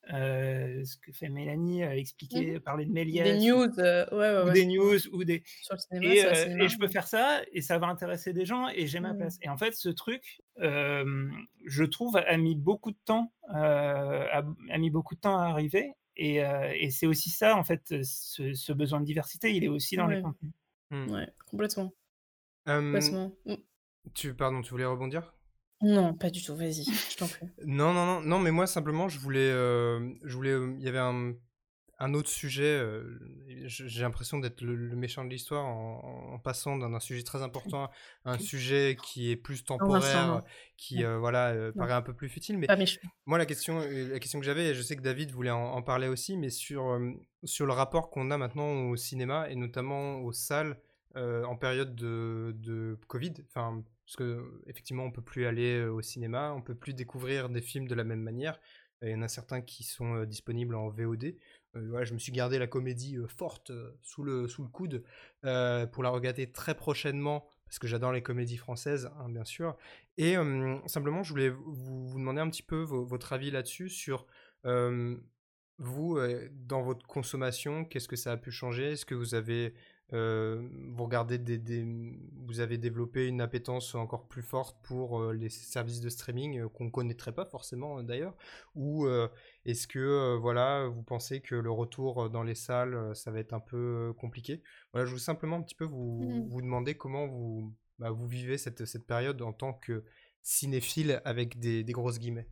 euh, ce que fait Mélanie, euh, expliquer, Mhm. parler de Des Méliès ou, news, euh, ouais, ouais, ou ouais. des news ou des, Sur le cinéma, et, c'est euh, assez et je peux marrant. faire ça et ça va intéresser des gens et j'ai ma Mm. place. Et en fait, ce truc, euh, je trouve, a mis beaucoup de temps, euh, a, a mis beaucoup de temps à arriver. Et, euh, et c'est aussi ça, en fait, ce, ce besoin de diversité, il est aussi dans les Ouais, contenus. mmh. ouais, complètement. Euh, Complètement. Mm. tu, pardon, tu voulais rebondir? Non, pas du tout, vas-y, je t'en prie. Non, non, non, non, mais moi simplement, je voulais, euh, je voulais, euh, il y avait un, un autre sujet. euh, j- j'ai l'impression d'être le, le méchant de l'histoire en, en passant d'un d'un sujet très important à un sujet qui est plus Non, Vincent, temporaire, non. qui Non, euh, voilà euh, non, paraît un peu plus futile. Mais pas méchant. moi, la question, euh, la question que j'avais, et je sais que David voulait en, en parler aussi, mais sur euh, sur le rapport qu'on a maintenant au cinéma et notamment aux salles euh, en période de, de Covid. Enfin, parce que effectivement, on peut plus aller euh, au cinéma, on peut plus découvrir des films de la même manière. Il y en a certains qui sont euh, disponibles en V O D. Euh, voilà, je me suis gardé la comédie euh, forte euh, sous le sous le coude euh, pour la regarder très prochainement parce que j'adore les comédies françaises, hein, bien sûr. Et euh, simplement, je voulais vous, vous demander un petit peu vo- votre avis là-dessus sur euh, vous, euh, dans votre consommation, qu'est-ce que ça a pu changer? Est-ce que vous avez, euh, vous regardez des, des- vous avez développé une appétence encore plus forte pour euh, les services de streaming euh, qu'on ne connaîtrait pas forcément euh, d'ailleurs? Ou euh, est-ce que, euh, voilà, vous pensez que le retour euh, dans les salles, euh, ça va être un peu euh, compliqué? Voilà, je voulais simplement un petit peu vous, Mm. vous demander comment vous, bah, vous vivez cette, cette période en tant que cinéphile avec des, des grosses guillemets.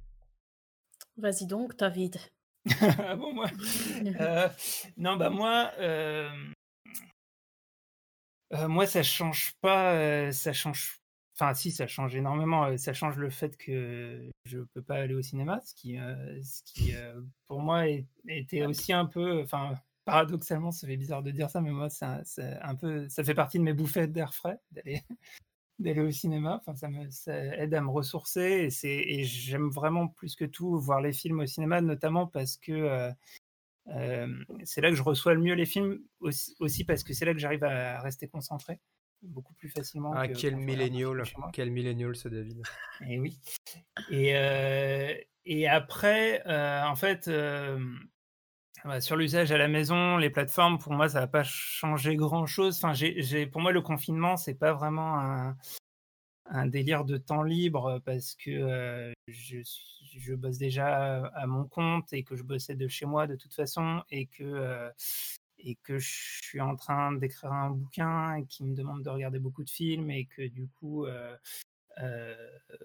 Vas-y donc, David. Ah bon, moi Euh, Non, bah moi, euh, euh, moi, ça change pas, euh, ça change enfin si, ça change énormément. euh, Ça change le fait que je peux pas aller au cinéma, ce qui, euh, ce qui euh, pour moi est- était aussi un peu, enfin paradoxalement, ça fait bizarre de dire ça, mais moi c'est un, c'est un peu, ça fait partie de mes bouffées d'air frais d'aller d'aller au cinéma. Enfin, ça me, ça aide à me ressourcer et c'est, et j'aime vraiment plus que tout voir les films au cinéma, notamment parce que euh, euh, c'est là que je reçois le mieux les films, aussi, aussi parce que c'est là que j'arrive à rester concentré beaucoup plus facilement Ah, que quel quand je regarde un film millénial, chez moi. quel millénial ce David. Et oui. Et, euh, et après, euh, en fait, euh, ouais, sur l'usage à la maison, les plateformes, pour moi, ça n'a pas changé grand-chose. Enfin, j'ai, j'ai, pour moi, le confinement, c'est pas vraiment un, un délire de temps libre parce que euh, je, suis- je bosse déjà à mon compte et que je bossais de chez moi de toute façon et que, euh, et que je suis en train d'écrire un bouquin et qui me demande de regarder beaucoup de films et que du coup, euh, euh,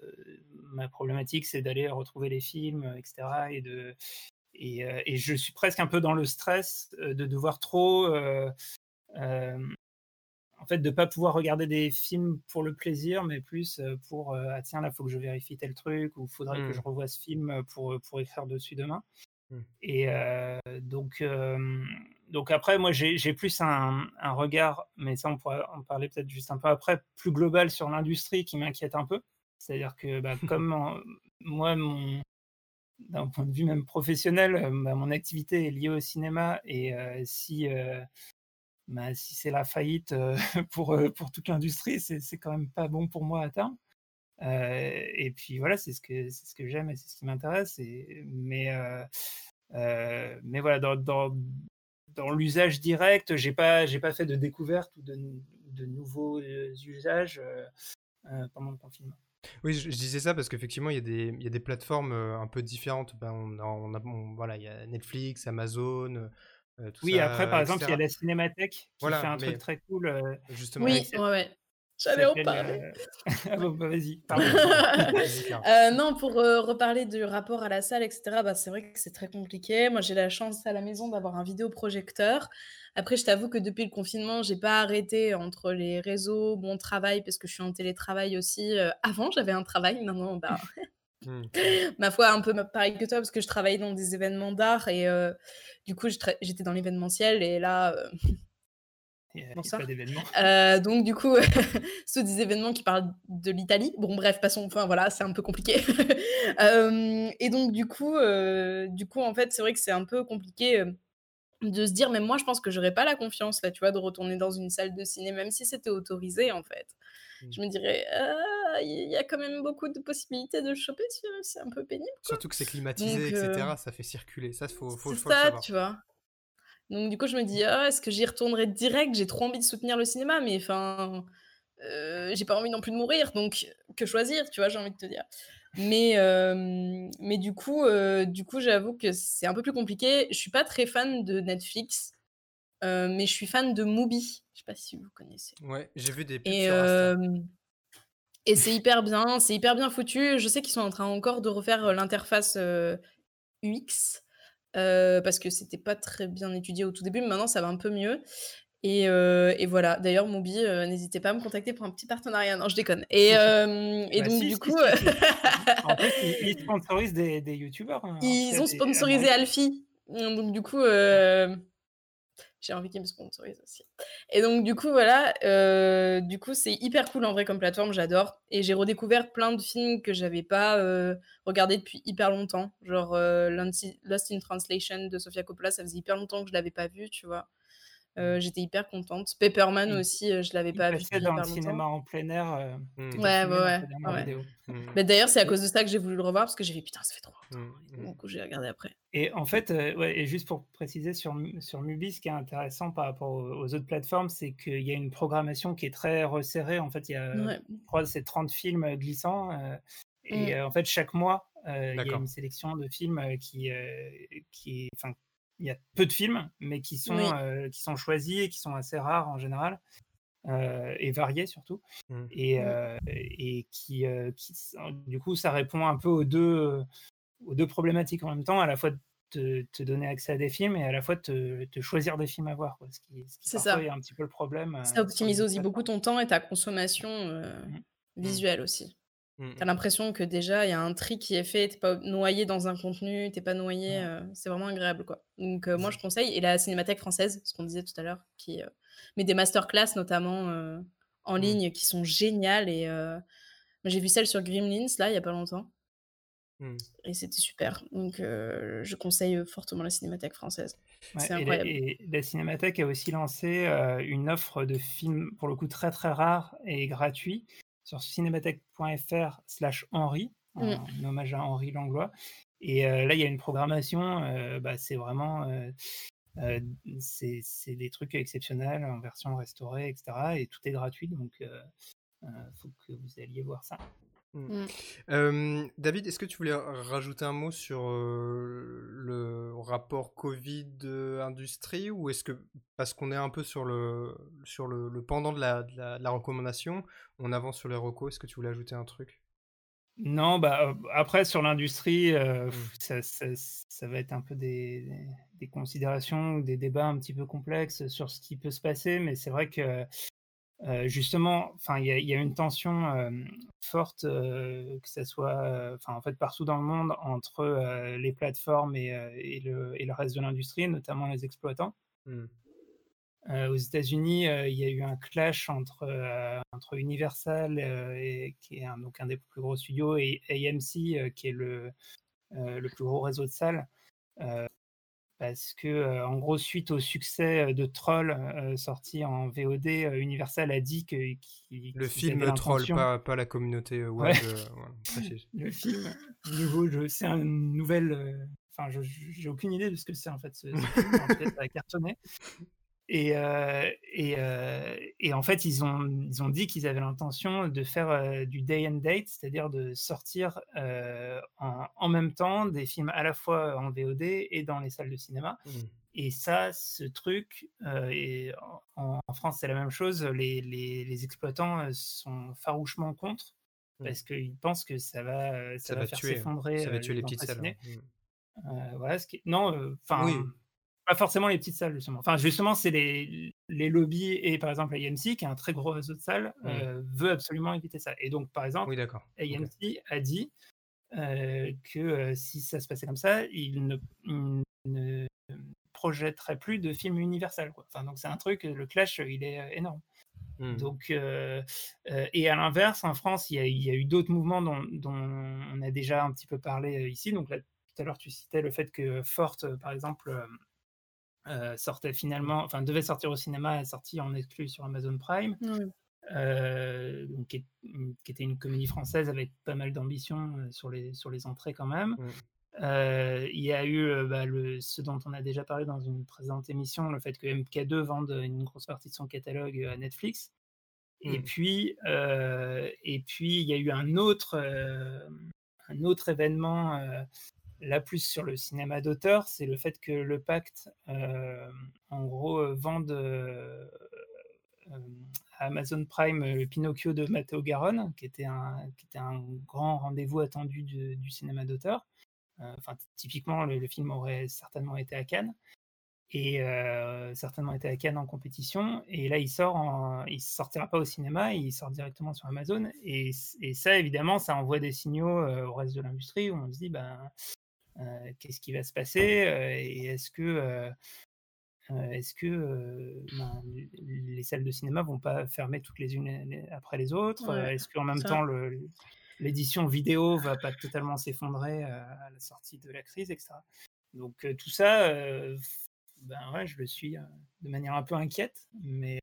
ma problématique, c'est d'aller retrouver les films, et cetera. Et, de, et, euh, et je suis presque un peu dans le stress euh, de devoir trop... euh, euh, en fait, de ne pas pouvoir regarder des films pour le plaisir, mais plus euh, pour euh, ah tiens, là, il faut que je vérifie tel truc, ou il faudrait que je Hmm, revoie ce film pour, pour écrire dessus demain. hmm. Et euh, donc, euh, donc après, moi, j'ai, j'ai plus un, un regard, mais ça, on pourra en parler peut-être juste un peu après, plus global sur l'industrie qui m'inquiète un peu. C'est-à-dire que bah, comme en- moi, mon, d'un point de vue même professionnel, euh, bah, mon activité est liée au cinéma, et euh, si... euh, bah, si c'est la faillite euh, pour, euh, pour toute l'industrie, c'est, c'est quand même pas bon pour moi à terme. Euh, et puis voilà, c'est ce que, c'est ce que j'aime et c'est ce qui m'intéresse. Et, mais, euh, euh, mais voilà, dans, dans, dans l'usage direct, j'ai pas, j'ai pas fait de découverte ou de, de nouveaux euh, usages euh, euh, pendant le confinement. Oui, je, je disais ça parce qu'effectivement, il y a des, il y a des plateformes euh, un peu différentes. Ben, on a, on a- on- voilà, il y a Netflix, Amazon, euh, tout Oui, après, par ça, exemple, il y a et cetera. la Cinémathèque qui fait Voilà, un truc mais très cool euh, justement, avec Oui, ça, ouais, ouais. qui J'allais en s'appelle. parler. euh, Ah bon, bah, vas-y, parle. vas-y, Clara. Euh, non, pour euh, reparler du rapport à la salle, et cetera, bah, c'est vrai que c'est très compliqué. Moi, j'ai la chance à la maison d'avoir un vidéoprojecteur. Après, je t'avoue que depuis le confinement, j'ai pas arrêté entre les réseaux, mon travail, parce que je suis en télétravail aussi. Euh, avant, j'avais un travail, maintenant, bah, Hmm. ma foi, un peu pareil que toi, parce que je travaillais dans des événements d'art et euh, du coup, je tra- j'étais dans l'événementiel et là, euh, Il n'y a, bonsoir. pas d'événement. Euh, donc du coup, c'est des événements qui parlent de l'Italie. Bon bref, passons. Enfin voilà, c'est un peu compliqué. Euh, et donc du coup, euh, du coup en fait, c'est vrai que c'est un peu compliqué euh, de se dire. Même moi, je pense que j'aurais pas la confiance là, tu vois, de retourner dans une salle de ciné, même si c'était autorisé en fait. Hmm. Je me dirais, ah, il y a quand même beaucoup de possibilités de le choper, c'est c'est un peu pénible. Surtout que c'est climatisé, Donc euh, et cetera. Ça fait circuler. Ça, faut, faut, c'est faut le ça, savoir. tu vois. Donc du coup, je me dis, ah, est-ce que j'y retournerai direct? J'ai trop envie de soutenir le cinéma, mais enfin, euh, j'ai pas envie non plus de mourir, donc que choisir, tu vois, j'ai envie de te dire. Mais, euh, mais du coup, euh, du coup, j'avoue que c'est un peu plus compliqué. Je suis pas très fan de Netflix, euh, mais je suis fan de Mubi. Je sais pas si vous connaissez. Ouais, j'ai vu des pubs Et, sur Insta. euh, et c'est hyper bien, c'est hyper bien foutu. Je sais qu'ils sont en train encore de refaire euh, l'interface euh, U X. euh, parce que c'était pas très bien étudié au tout début, mais maintenant ça va un peu mieux. Et, euh, et voilà. D'ailleurs, Mubi, euh, n'hésitez pas à me contacter pour un petit partenariat. Non, je déconne. Et, euh, et Bah donc, si, du si, coup, si, si, si. En plus, ils, ils sponsorisent des, des youtubeurs, hein, en tout cas ils ont des sponsorisé américains. Alfie. Donc, du coup, euh, j'ai envie qu'ils me sponsorisent aussi. Et donc, du coup, voilà. euh, du coup, c'est hyper cool en vrai comme plateforme. J'adore. Et j'ai redécouvert plein de films que j'avais pas euh, regardés depuis hyper longtemps. Genre euh, Lost in Translation de Sofia Coppola. Ça faisait hyper longtemps que je l'avais pas vu, tu vois. Euh, j'étais hyper contente. Pepperman Il, aussi, euh, je l'avais il pas vu passait depuis dans le hyper longtemps. cinéma en plein air euh, qui Hmm, était Ouais, ouais, filmé dans ouais. sa dernière ouais. vidéo. hmm, Mais d'ailleurs, c'est à Et, cause de ça que j'ai voulu le revoir parce que j'ai fait putain, ça fait trop longtemps. hmm, Et hmm. donc, j'ai regardé après. et en fait, euh, ouais, et juste pour préciser sur, Mu- sur Mubi, ce qui est intéressant par rapport aux, aux autres plateformes, c'est qu'il y a une programmation qui est très resserrée. En fait, il y a, Ouais. je crois, c'est trente films glissants. euh, et Mm. euh, en fait, chaque mois, euh, il y a une D'accord. sélection de films euh, qui, euh, qui, enfin, il y a peu de films, mais qui sont, Oui. euh, qui sont choisis et qui sont assez rares en général. euh, et variés surtout, Hmm. et, Mm. euh, et qui, euh, qui, du coup, ça répond un peu aux deux, aux deux problématiques en même temps, à la fois de te, te donner accès à des films et à la fois de te, te choisir des films à voir, quoi, ce qui, ce qui C'est parfois est ça. un petit peu le problème Ça euh, sur les optimise autres aussi beaucoup plateformes. ton temps et ta consommation. euh, Mhm. Mmh. visuel aussi. Mmh Tu as mh. l'impression que déjà il y a un tri qui est fait, tu es pas noyé dans un contenu, tu es pas noyé, Ouais. heu, c'est vraiment agréable, quoi. Donc heu, moi Z je conseille et la Cinémathèque française, ce qu'on disait tout à l'heure, qui, heu, met des master class notamment, heu, en Mmh. ligne qui sont géniales et heu, moi j'ai vu celle sur Gremlins là, il y a pas longtemps Mmh. et c'était super. Donc heu, je conseille, heu, fortement la Cinémathèque française. Ouais C'est et la incroyable. et la Cinémathèque a aussi lancé, heu, une offre de films, pour le coup très, très rares et gratuits sur cinémathèque.fr/Henri, Mmh. en hommage à Henri Langlois et heu, là, il y a une programmation, heu, bah, c'est vraiment, heu heu, c'est c'est des trucs exceptionnels en version restaurée et cetera et tout est gratuit donc heu heu, faut que vous alliez voir ça. Mmh. Mmh. Hem, David, est-ce que tu voulais ra rajouter un mot sur, heu, le rapport Covid, heu, industrie? Ou est-ce que parce qu'on est un peu sur le sur le le pendant de la de la de la recommandation, on avance sur les recos, est-ce que tu voulais ajouter un truc? Non, bah, heu, après sur l'industrie, heu, Mmh. ça ça ça va être un peu des des considérations ou des débats un petit peu complexes sur ce qui peut se passer, mais c'est vrai que, heu, justement, enfin, il y a il y a une tension, hem, forte, heu, que ça soit, heu, enfin, en fait, partout dans le monde entre, heu, les plateformes et heu et le et le reste de l'industrie, notamment les exploitants. Mmh. Heu, aux États-Unis, heu, il y a eu un clash entre, heu, entre Universal, heu, et qui est un donc un des plus gros studios et A M C, heu, qui est le, heu, le plus gros réseau de salles, heu, parce que, heu, en gros, suite au succès, heu, de Troll, heu, sorti en V O D, heu, Universal a dit que qu'ils Le qu'ils avaient film troll, l'intention pas pas la communauté, heu, ouais, web, heu, voilà, on précise. le film, nouveau jeu, c'est un nouvel, heu, enfin, je j'ai aucune idée de ce que c'est, en fait, ce ce film, mais en tout cas, ça a cartonné. Et heu et heu et en fait, ils ont ils ont dit qu'ils avaient l'intention de faire, heu, du day and date, c'est-à-dire de sortir, heu, en en même temps des films à la fois en V O D et dans les salles de cinéma Mmh. et ça, ce truc, heu et en en France, c'est la même chose, les les les exploitants, heu, sont farouchement contre Mmh. parce qu'ils pensent que ça va, heu, ça Ça va va faire tuer, hein, s'effondrer, ça va heu, tuer les les petites entrées salles, hein. ciné. Mmh. Heu, voilà, ce qui est non, heu, enfin, Oui. pas forcément les petites salles justement. Enfin, justement, c'est les les lobbies et par exemple A M C qui est un très gros réseau de salles, Mmh. heu, veut absolument éviter ça et donc par exemple, Oui, d'accord. OK. A M C a dit, heu, que, heu, si ça se passait comme ça, il ne il ne projetterait plus de films Universal, quoi. Enfin donc c'est un truc, le clash, il est, heu, énorme. Mmh. Donc heu heu et à l'inverse, en France, il y a il y a eu d'autres mouvements dont dont on a déjà un petit peu parlé, heu, ici. Donc là, tout à l'heure, tu citais le fait que Forte, heu, par exemple, hem, heu, sortait Mmh. finalement enfin devait sortir au cinéma, est sorti en exclu sur Amazon Prime, Oui. heu, donc qui est mmh, qui était une comédie française avec pas mal d'ambition, heu, sur les sur les entrées quand même. Mmh. Heu, il y a eu, heu, bah, le ce dont on a déjà parlé dans une précédente émission, le fait que M K deux vende une grosse partie de son catalogue, à Netflix. Et Mmh. puis, heu et puis il y a eu un autre, hem, un autre événement, heu, là plus sur le cinéma d'auteur, c'est le fait que le Pacte, hem, en gros, heu, vende, heu, hem, à Amazon Prime, heu, Pinocchio de Matteo Garonne, qui était un qui était un grand rendez-vous attendu de du cinéma d'auteur. Heu, enfin typiquement le le film aurait certainement été à Cannes et heu, certainement été à Cannes en compétition et là il sort en il sortira pas au cinéma, il sort directement sur Amazon et ç et ça évidemment ça envoie des signaux, heu, au reste de l'industrie où on se dit: «Ben, heu, qu'est-ce qui va se passer?» heu et est-ce que, heu heu, est-ce que, heu, ben, l les salles de cinéma vont pas fermer toutes les unes les après les autres? Heu, Ouais, est-ce qu'en même ça temps le l'édition vidéo va pas totalement s'effondrer, heu, à la sortie de la crise et cetera? Donc heu, tout ça, heu, ben, ouais, je le suis, heu, de manière un peu inquiète, mais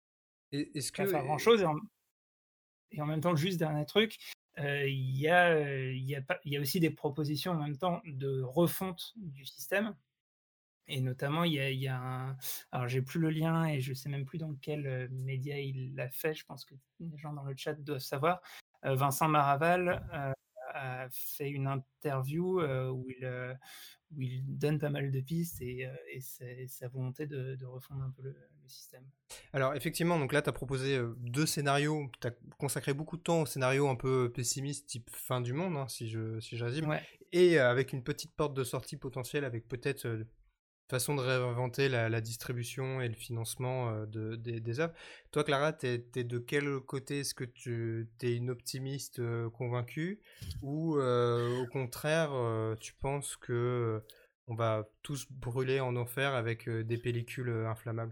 Et est-ce que pas faire grand et chose et en et en même temps, juste dernier truc, heu, il y a, heu, il y a pas il y a aussi des propositions en même temps de refonte du système et notamment il y a il y a un alors j'ai plus le lien et je sais même plus dans quel, heu, média il l'a fait, je pense que les gens dans le chat doivent savoir. Heu, Vincent Maraval, heu, a fait une interview, heu, où il, heu, où il donne pas mal de pistes et heu et c'est sa volonté de de refondre un peu le le système. alors effectivement, donc là, tu as proposé, heu, deux scénarios. Tu as consacré beaucoup de temps aux scénarios un peu pessimistes, type fin du monde, hein, si je si je résume Ouais. et heu, avec une petite porte de sortie potentielle avec peut-être, heu façon de réinventer la, la distribution et le financement euh, de, des, des œuvres. Toi, Clara, t'es, t'es de quel côté? Est-ce que tu es une optimiste euh, convaincue ou euh, au contraire, euh, tu penses que euh, on va tous brûler en enfer avec euh, des pellicules euh, inflammables?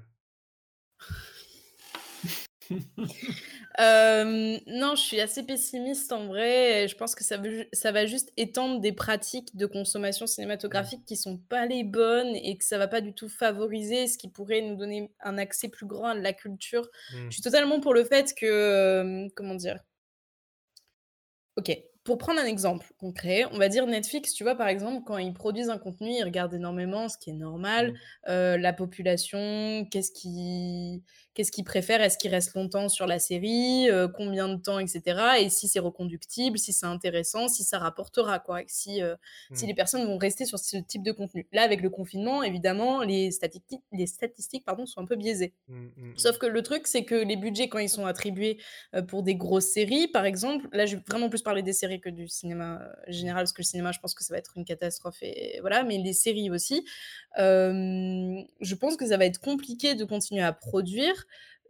Euh, non, je suis assez pessimiste en vrai. Je pense que ça, veut- ça va juste étendre des pratiques de consommation Mm, cinématographique qui sont pas les bonnes et que ça va pas du tout favoriser ce qui pourrait nous donner un accès plus grand à la culture. mm, Je suis totalement pour le fait que, euh, comment dire, Ok, pour prendre un exemple concret, on va dire Netflix, tu vois, par exemple, quand ils produisent un contenu, ils regardent énormément, ce qui est normal, mm, euh, la population, qu'est-ce qu'ils qu'est-ce qu'ils préfèrent, est-ce qu'ils restent longtemps sur la série, euh, combien de temps, et cetera. Et si c'est reconductible, si c'est intéressant, si ça rapportera, quoi, et si, euh, si mm, les personnes vont rester sur ce type de contenu. Là, avec le confinement, évidemment, les statistiques, les statistiques pardon, sont un peu biaisées. mm, mm, Sauf mm. que le truc, c'est que les budgets, quand ils sont attribués euh, pour des grosses séries, par exemple, là, je vais vraiment plus parler des séries que du cinéma euh, général, parce que le cinéma, je pense que ça va être une catastrophe, et voilà, mais les séries aussi, euh, je pense que ça va être compliqué de continuer à produire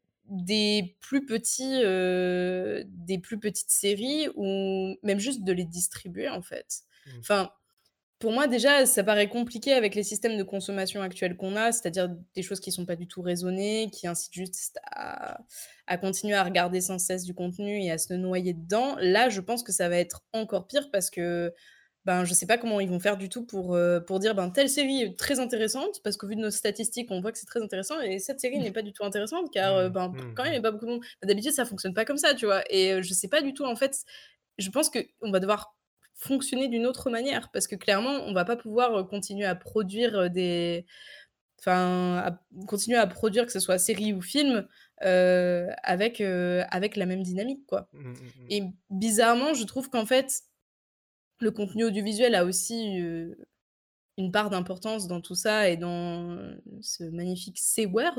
des plus petits, euh, des plus petites séries, ou même juste de les distribuer, en fait. Mm. Enfin, pour moi, déjà, ça paraît compliqué avec les systèmes de consommation actuels qu'on a, c'est-à-dire des choses qui sont pas du tout raisonnées, qui incitent juste à, à continuer à regarder sans cesse du contenu et à se noyer dedans. Là, je pense que ça va être encore pire parce que ben, je sais pas comment ils vont faire du tout pour, euh, pour dire ben, telle série est très intéressante, parce qu'au vu de nos statistiques, on voit que c'est très intéressant, et cette série n'est pas du tout intéressante, car euh, Mm, ben, mm, quand même, il n'y a mm. pas beaucoup de monde. D'habitude, ça fonctionne pas comme ça, tu vois. Et euh, je sais pas du tout, en fait, je pense qu'on va devoir fonctionner d'une autre manière, parce que clairement, on va pas pouvoir euh, continuer à produire euh, des. Enfin, à continuer à produire, que ce soit série ou film, euh, avec, euh, avec la même dynamique, quoi. Mm, mm, mm. Et bizarrement, je trouve qu'en fait, le contenu audiovisuel a aussi euh, une part d'importance dans tout ça et dans ce magnifique C-word.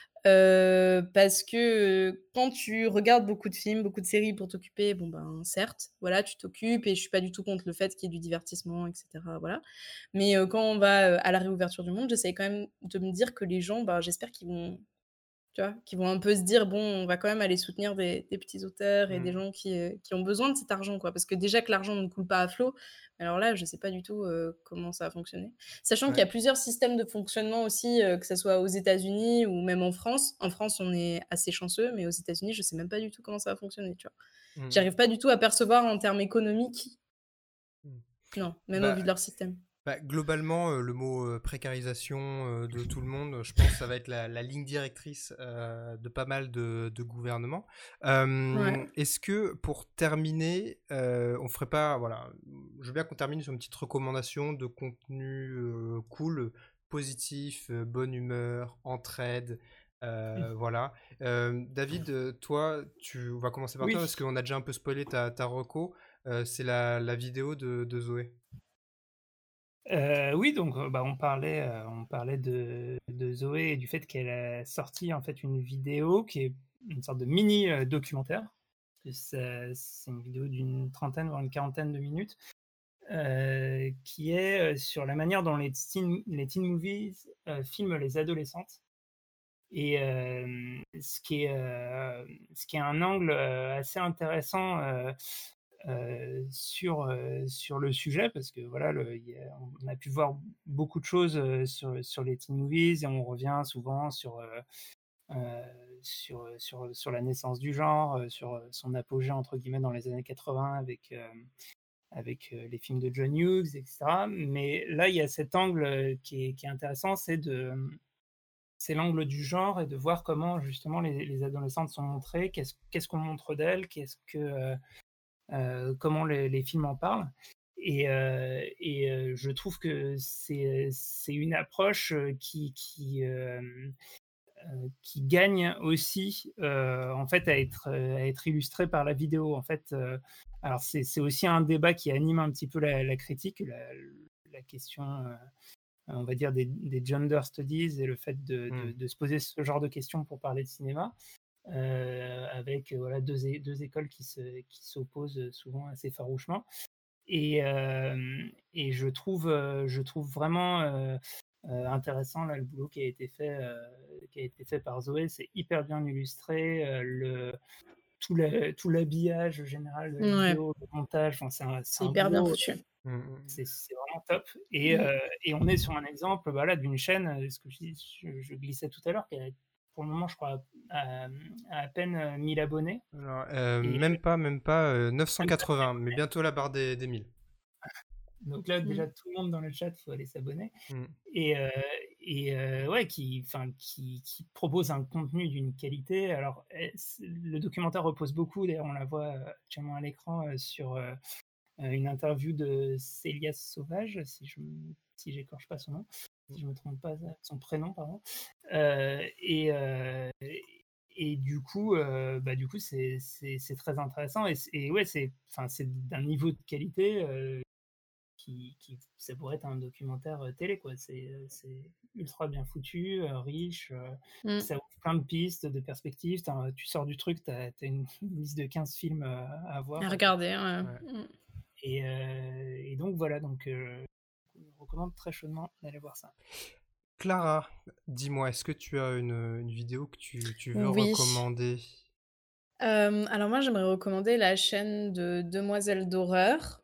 Euh, parce que euh, quand tu regardes beaucoup de films, beaucoup de séries pour t'occuper, bon ben certes, voilà, tu t'occupes, et je suis pas du tout contre le fait qu'il y ait du divertissement, et cetera. Voilà. Mais euh, quand on va euh, à la réouverture du monde, j'essaie quand même de me dire que les gens, ben, j'espère qu'ils vont, tu vois, qui vont un peu se dire, bon, on va quand même aller soutenir des, des petits auteurs et des Mm. gens qui, euh, qui ont besoin de cet argent, quoi. Parce que déjà que l'argent ne coule pas à flot, alors là, je sais pas du tout euh, comment ça va fonctionner. Sachant qu'il y Ouais. a plusieurs systèmes de fonctionnement aussi, euh, que ce soit aux États-Unis ou même en France. En France, on est assez chanceux, mais aux États-Unis, je sais même pas du tout comment ça va fonctionner, tu vois. Mm, J'arrive pas du tout à percevoir en termes économiques, mm. non, même au vu Bah, de leur système. Bah, globalement, euh, le mot euh, précarisation euh, de tout le monde, je pense que ça va être la, la ligne directrice euh, de pas mal de, de gouvernements. Euh, Ouais. est-ce que pour terminer, euh, on ferait pas, voilà, je veux bien qu'on termine sur une petite recommandation de contenu euh, cool, positif, euh, bonne humeur, entraide. Euh, voilà. Euh, David, euh, toi, tu, on va commencer par Oui. toi parce qu'on a déjà un peu spoilé ta, ta reco. Euh, c'est la, la vidéo de, de Zoé. Euh, oui, donc euh, bah, on parlait, euh, on parlait de, de Zoé et du fait qu'elle a sorti en fait une vidéo qui est une sorte de mini euh, documentaire. C'est c'est une vidéo d'une trentaine voire une quarantaine de minutes euh, qui est euh, sur la manière dont les teen, les teen movies euh, filment les adolescentes. Et euh, ce qui est euh, ce qui est un angle euh, assez intéressant. Euh, euh, sur, euh, sur le sujet, parce que voilà, le, y a, on a pu voir beaucoup de choses euh, sur, sur les teen movies, et on revient souvent sur, euh, euh, sur, sur, sur la naissance du genre, euh, sur son apogée entre guillemets dans les années quatre-vingts avec, euh, avec euh, les films de John Hughes, et cetera. Mais là, il y a cet angle qui est, qui est intéressant, c'est de c'est l'angle du genre et de voir comment justement les, les adolescentes sont montrées, qu'est-ce, qu'est-ce qu'on montre d'elles, qu'est-ce que euh, euh, comment les, les films en parlent. Et, euh, et euh, je trouve que c'est, c'est une approche qui, qui, euh, euh, qui gagne aussi euh, en fait à être, à être illustrée par la vidéo. En fait, euh, alors c'est, c'est aussi un débat qui anime un petit peu la, la critique, la, la question, euh, on va dire, des, des gender studies et le fait de, de, Mm. de se poser ce genre de questions pour parler de cinéma. Euh, avec voilà, deux, é- deux écoles qui, se, qui s'opposent souvent assez farouchement. Et, euh, et je, trouve, euh, je trouve vraiment euh, euh, intéressant là le boulot qui a été fait, euh, qui a été fait par Zoé. C'est hyper bien illustré. Euh, le tout la- tout l'habillage général de la Ouais, vidéo, le montage. Enfin, c'est un, c'est c'est un hyper bien boulot. foutu. Mm, mm. C'est c'est vraiment top. Et, Mm. euh, et on est sur un exemple voilà, d'une chaîne, euh, ce que je, dis- je, je glissais tout à l'heure, qui a pour le moment, je crois, à, à, à peine euh, mille abonnés. Alors, euh, Et même pas, même pas euh, même pas mille neuf cent quatre-vingts, mais abonnés. bientôt la barre des, des mille. Donc là, déjà, Mm. tout le monde dans le chat, il faut aller s'abonner. Mm. Et, euh, et euh, ouais, qui, enfin, qui, qui propose un contenu d'une qualité. Alors, eh, c'est- le documentaire repose beaucoup, d'ailleurs, on la voit euh, actuellement à l'écran, euh, sur euh, euh, une interview de Célia Sauvage, si je me- si j'écorche pas son nom, si je me trompe pas, son prénom, pardon. Euh, et, euh, et du coup, euh, bah, du coup, c'est c'est- c'est très intéressant. Et, c'est- et ouais, c'est, enfin, c'est d'un niveau de qualité. Euh, qui, qui, ça pourrait être un documentaire euh, télé, quoi. C'est, euh, c'est ultra bien foutu, euh, riche, euh, Mm. ça ouvre plein de pistes, de perspectives. T'as- Tu sors du truc, tu as une, une liste de quinze films euh, à voir. À regarder, ouais. Ouais. Mm. Et, euh, et donc voilà, donc euh, je vous recommande très chaudement d'aller voir ça. Clara, dis-moi, est-ce que tu as une, une vidéo que tu, tu veux Oui. recommander? Euh, alors moi, j'aimerais recommander la chaîne de Demoiselles d'horreur.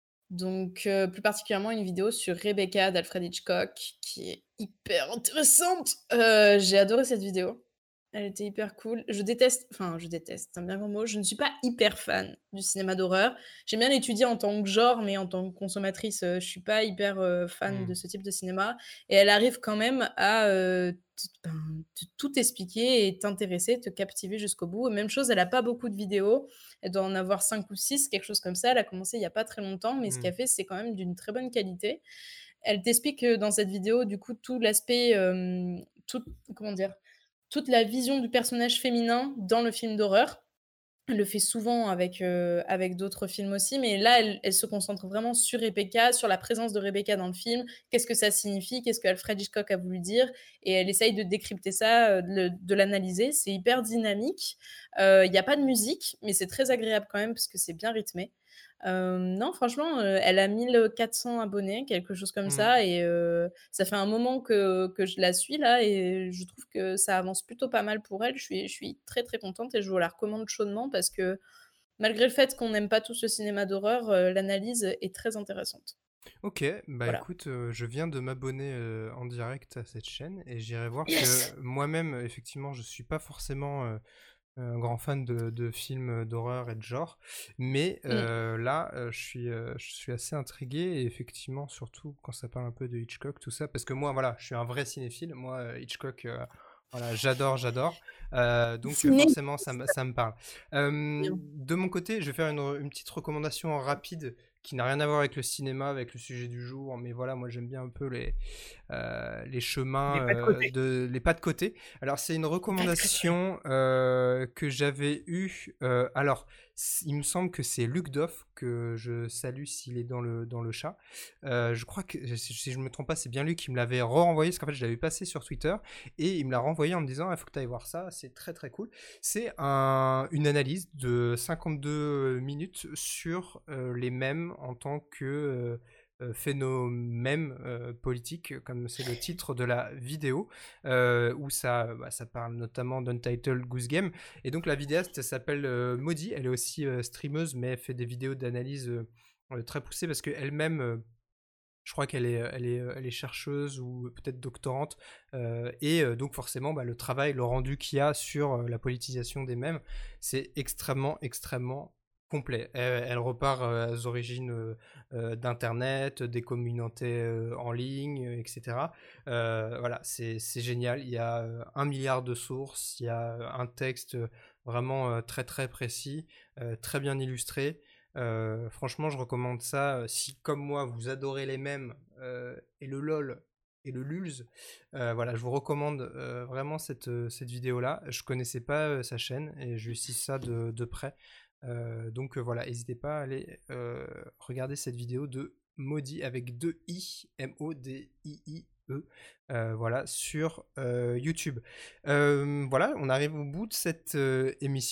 Donc, euh, plus particulièrement une vidéo sur Rebecca d'Alfred Hitchcock, qui est hyper intéressante. Euh, j'ai adoré cette vidéo. Elle était hyper cool. Je déteste, enfin, je déteste, c'est un bien grand mot. Je ne suis pas hyper fan du cinéma d'horreur. J'aime bien l'étudier en tant que genre, mais en tant que consommatrice, euh, je suis pas hyper euh, fan Mm. de ce type de cinéma. Et elle arrive quand même à euh, t- ben, t- tout expliquer et t'intéresser, te captiver jusqu'au bout. Même chose, elle a pas beaucoup de vidéos. Elle doit en avoir cinq ou six, quelque chose comme ça. Elle a commencé il y a pas très longtemps, mais ce Mm. qu'elle fait, c'est quand même d'une très bonne qualité. Elle t'explique euh, dans cette vidéo, du coup, tout l'aspect, euh, tout, comment dire, toute la vision du personnage féminin dans le film d'horreur. Elle le fait souvent avec, euh, avec d'autres films aussi, mais là, elle, elle se concentre vraiment sur Rebecca, sur la présence de Rebecca dans le film, qu'est-ce que ça signifie, qu'est-ce que Alfred Hitchcock a voulu dire, et elle essaye de décrypter ça, euh, de, de l'analyser. C'est hyper dynamique. Il euh, n'y a pas de musique, mais c'est très agréable quand même, parce que c'est bien rythmé. Euh, non, franchement, euh, elle a mille quatre cents abonnés, quelque chose comme Mm. ça, et euh, ça fait un moment que, que je la suis là, et je trouve que ça avance plutôt pas mal pour elle. Je suis, je suis très très contente et je vous la recommande chaudement parce que malgré le fait qu'on n'aime pas tous le cinéma d'horreur, euh, l'analyse est très intéressante. Ok, bah Voilà. écoute, euh, je viens de m'abonner euh, en direct à cette chaîne et j'irai voir parce Yes. que moi-même, euh, effectivement, je suis pas forcément euh, un grand fan de, de films d'horreur et de genre, mais Mm. euh, là, euh, je suis, euh, je suis assez intrigué et effectivement, surtout quand ça parle un peu de Hitchcock, tout ça, parce que moi, voilà, je suis un vrai cinéphile. Moi, euh, Hitchcock, euh, voilà, j'adore, j'adore. Euh, donc euh, Ciné. forcément, ça, me- ça me parle. Euh, de mon côté, je vais faire une, une petite recommandation rapide qui n'a rien à voir avec le cinéma, avec le sujet du jour, mais voilà, moi j'aime bien un peu les, euh, les chemins, Les pas de euh, côté. de, les pas de côté. Alors c'est une Pas de côté. recommandation euh, que j'avais eue. Euh, alors c- il me semble que c'est Luc Doff que je salue s'il est dans le dans le chat. Euh, je crois que si si je me trompe pas, c'est bien lui qui me l'avait renvoyé parce qu'en fait je l'avais passé sur Twitter et il me l'a renvoyé en me disant il faut que tu ailles voir ça, c'est très très cool. C'est un, une analyse de cinquante-deux minutes sur euh, les mèmes en tant que euh, euh, phénomène euh, politique, comme c'est le titre de la vidéo, euh, où ça, bah, ça parle notamment d'Untitled Goose Game. Et donc la vidéaste s'appelle euh, Maudie, elle est aussi euh, streameuse, mais elle fait des vidéos d'analyse euh, euh, très poussées parce qu'elle-même, euh, je crois qu'elle est, elle est, elle est chercheuse ou peut-être doctorante, euh, et euh, donc forcément, bah, le travail, le rendu qu'il y a sur euh, la politisation des mèmes, c'est extrêmement, extrêmement complet. Elle, elle repart euh, aux origines euh, euh, d'Internet, des communautés euh, en ligne, euh, et cetera. Euh, voilà, c'est c'est génial. Il y a euh, un milliard de sources, il y a euh, un texte vraiment euh, très très précis, euh, très bien illustré. Euh, franchement, je recommande ça. euh, Si, comme moi, vous adorez les mèmes euh, et le LOL et le lulz, euh, voilà, je vous recommande euh, vraiment cette, euh, cette vidéo-là. Je connaissais pas euh, sa chaîne et je lui suis ça de, de près. Euh, donc euh, voilà, n'hésitez pas à aller euh, regarder cette vidéo de Maudit avec deux i, M O D I I E, euh, voilà, sur euh, YouTube. Euh, voilà, on arrive au bout de cette euh, émission.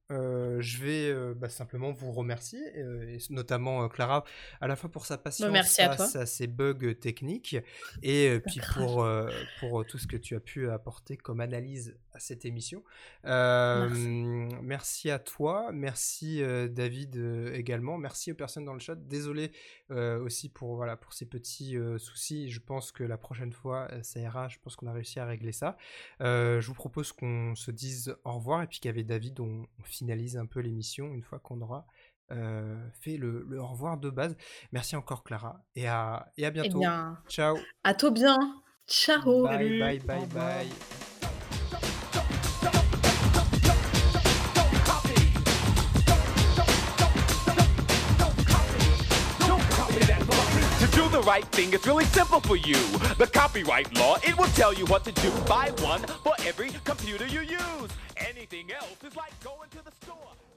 euh, je vais euh, bah, simplement vous remercier, euh, et notamment euh, Clara, à la fois pour sa patience Bah, merci à face toi. à ses bugs techniques, et euh, Pas puis grave. pour, euh, pour tout ce que tu as pu apporter comme analyse à cette émission. Euh, Merci. merci à toi, merci euh, David euh, également, merci aux personnes dans le chat. Désolé euh, aussi pour, voilà, pour ces petits euh, soucis. Je pense que la prochaine fois, euh, ça ira. Je pense qu'on a réussi à régler ça. Euh, je vous propose qu'on se dise au revoir et puis qu'avec David, on, on finalise un peu l'émission une fois qu'on aura euh, fait le, le au revoir de base. Merci encore Clara et à, et à Eh bientôt. bien, Ciao. à toi bien. Ciao. Bye Salut, bye au bye revoir. bye. To do the right thing, it's really simple for you. The copyright law, it will tell you what to do. Buy one for every computer you use. Anything else is like going to the store.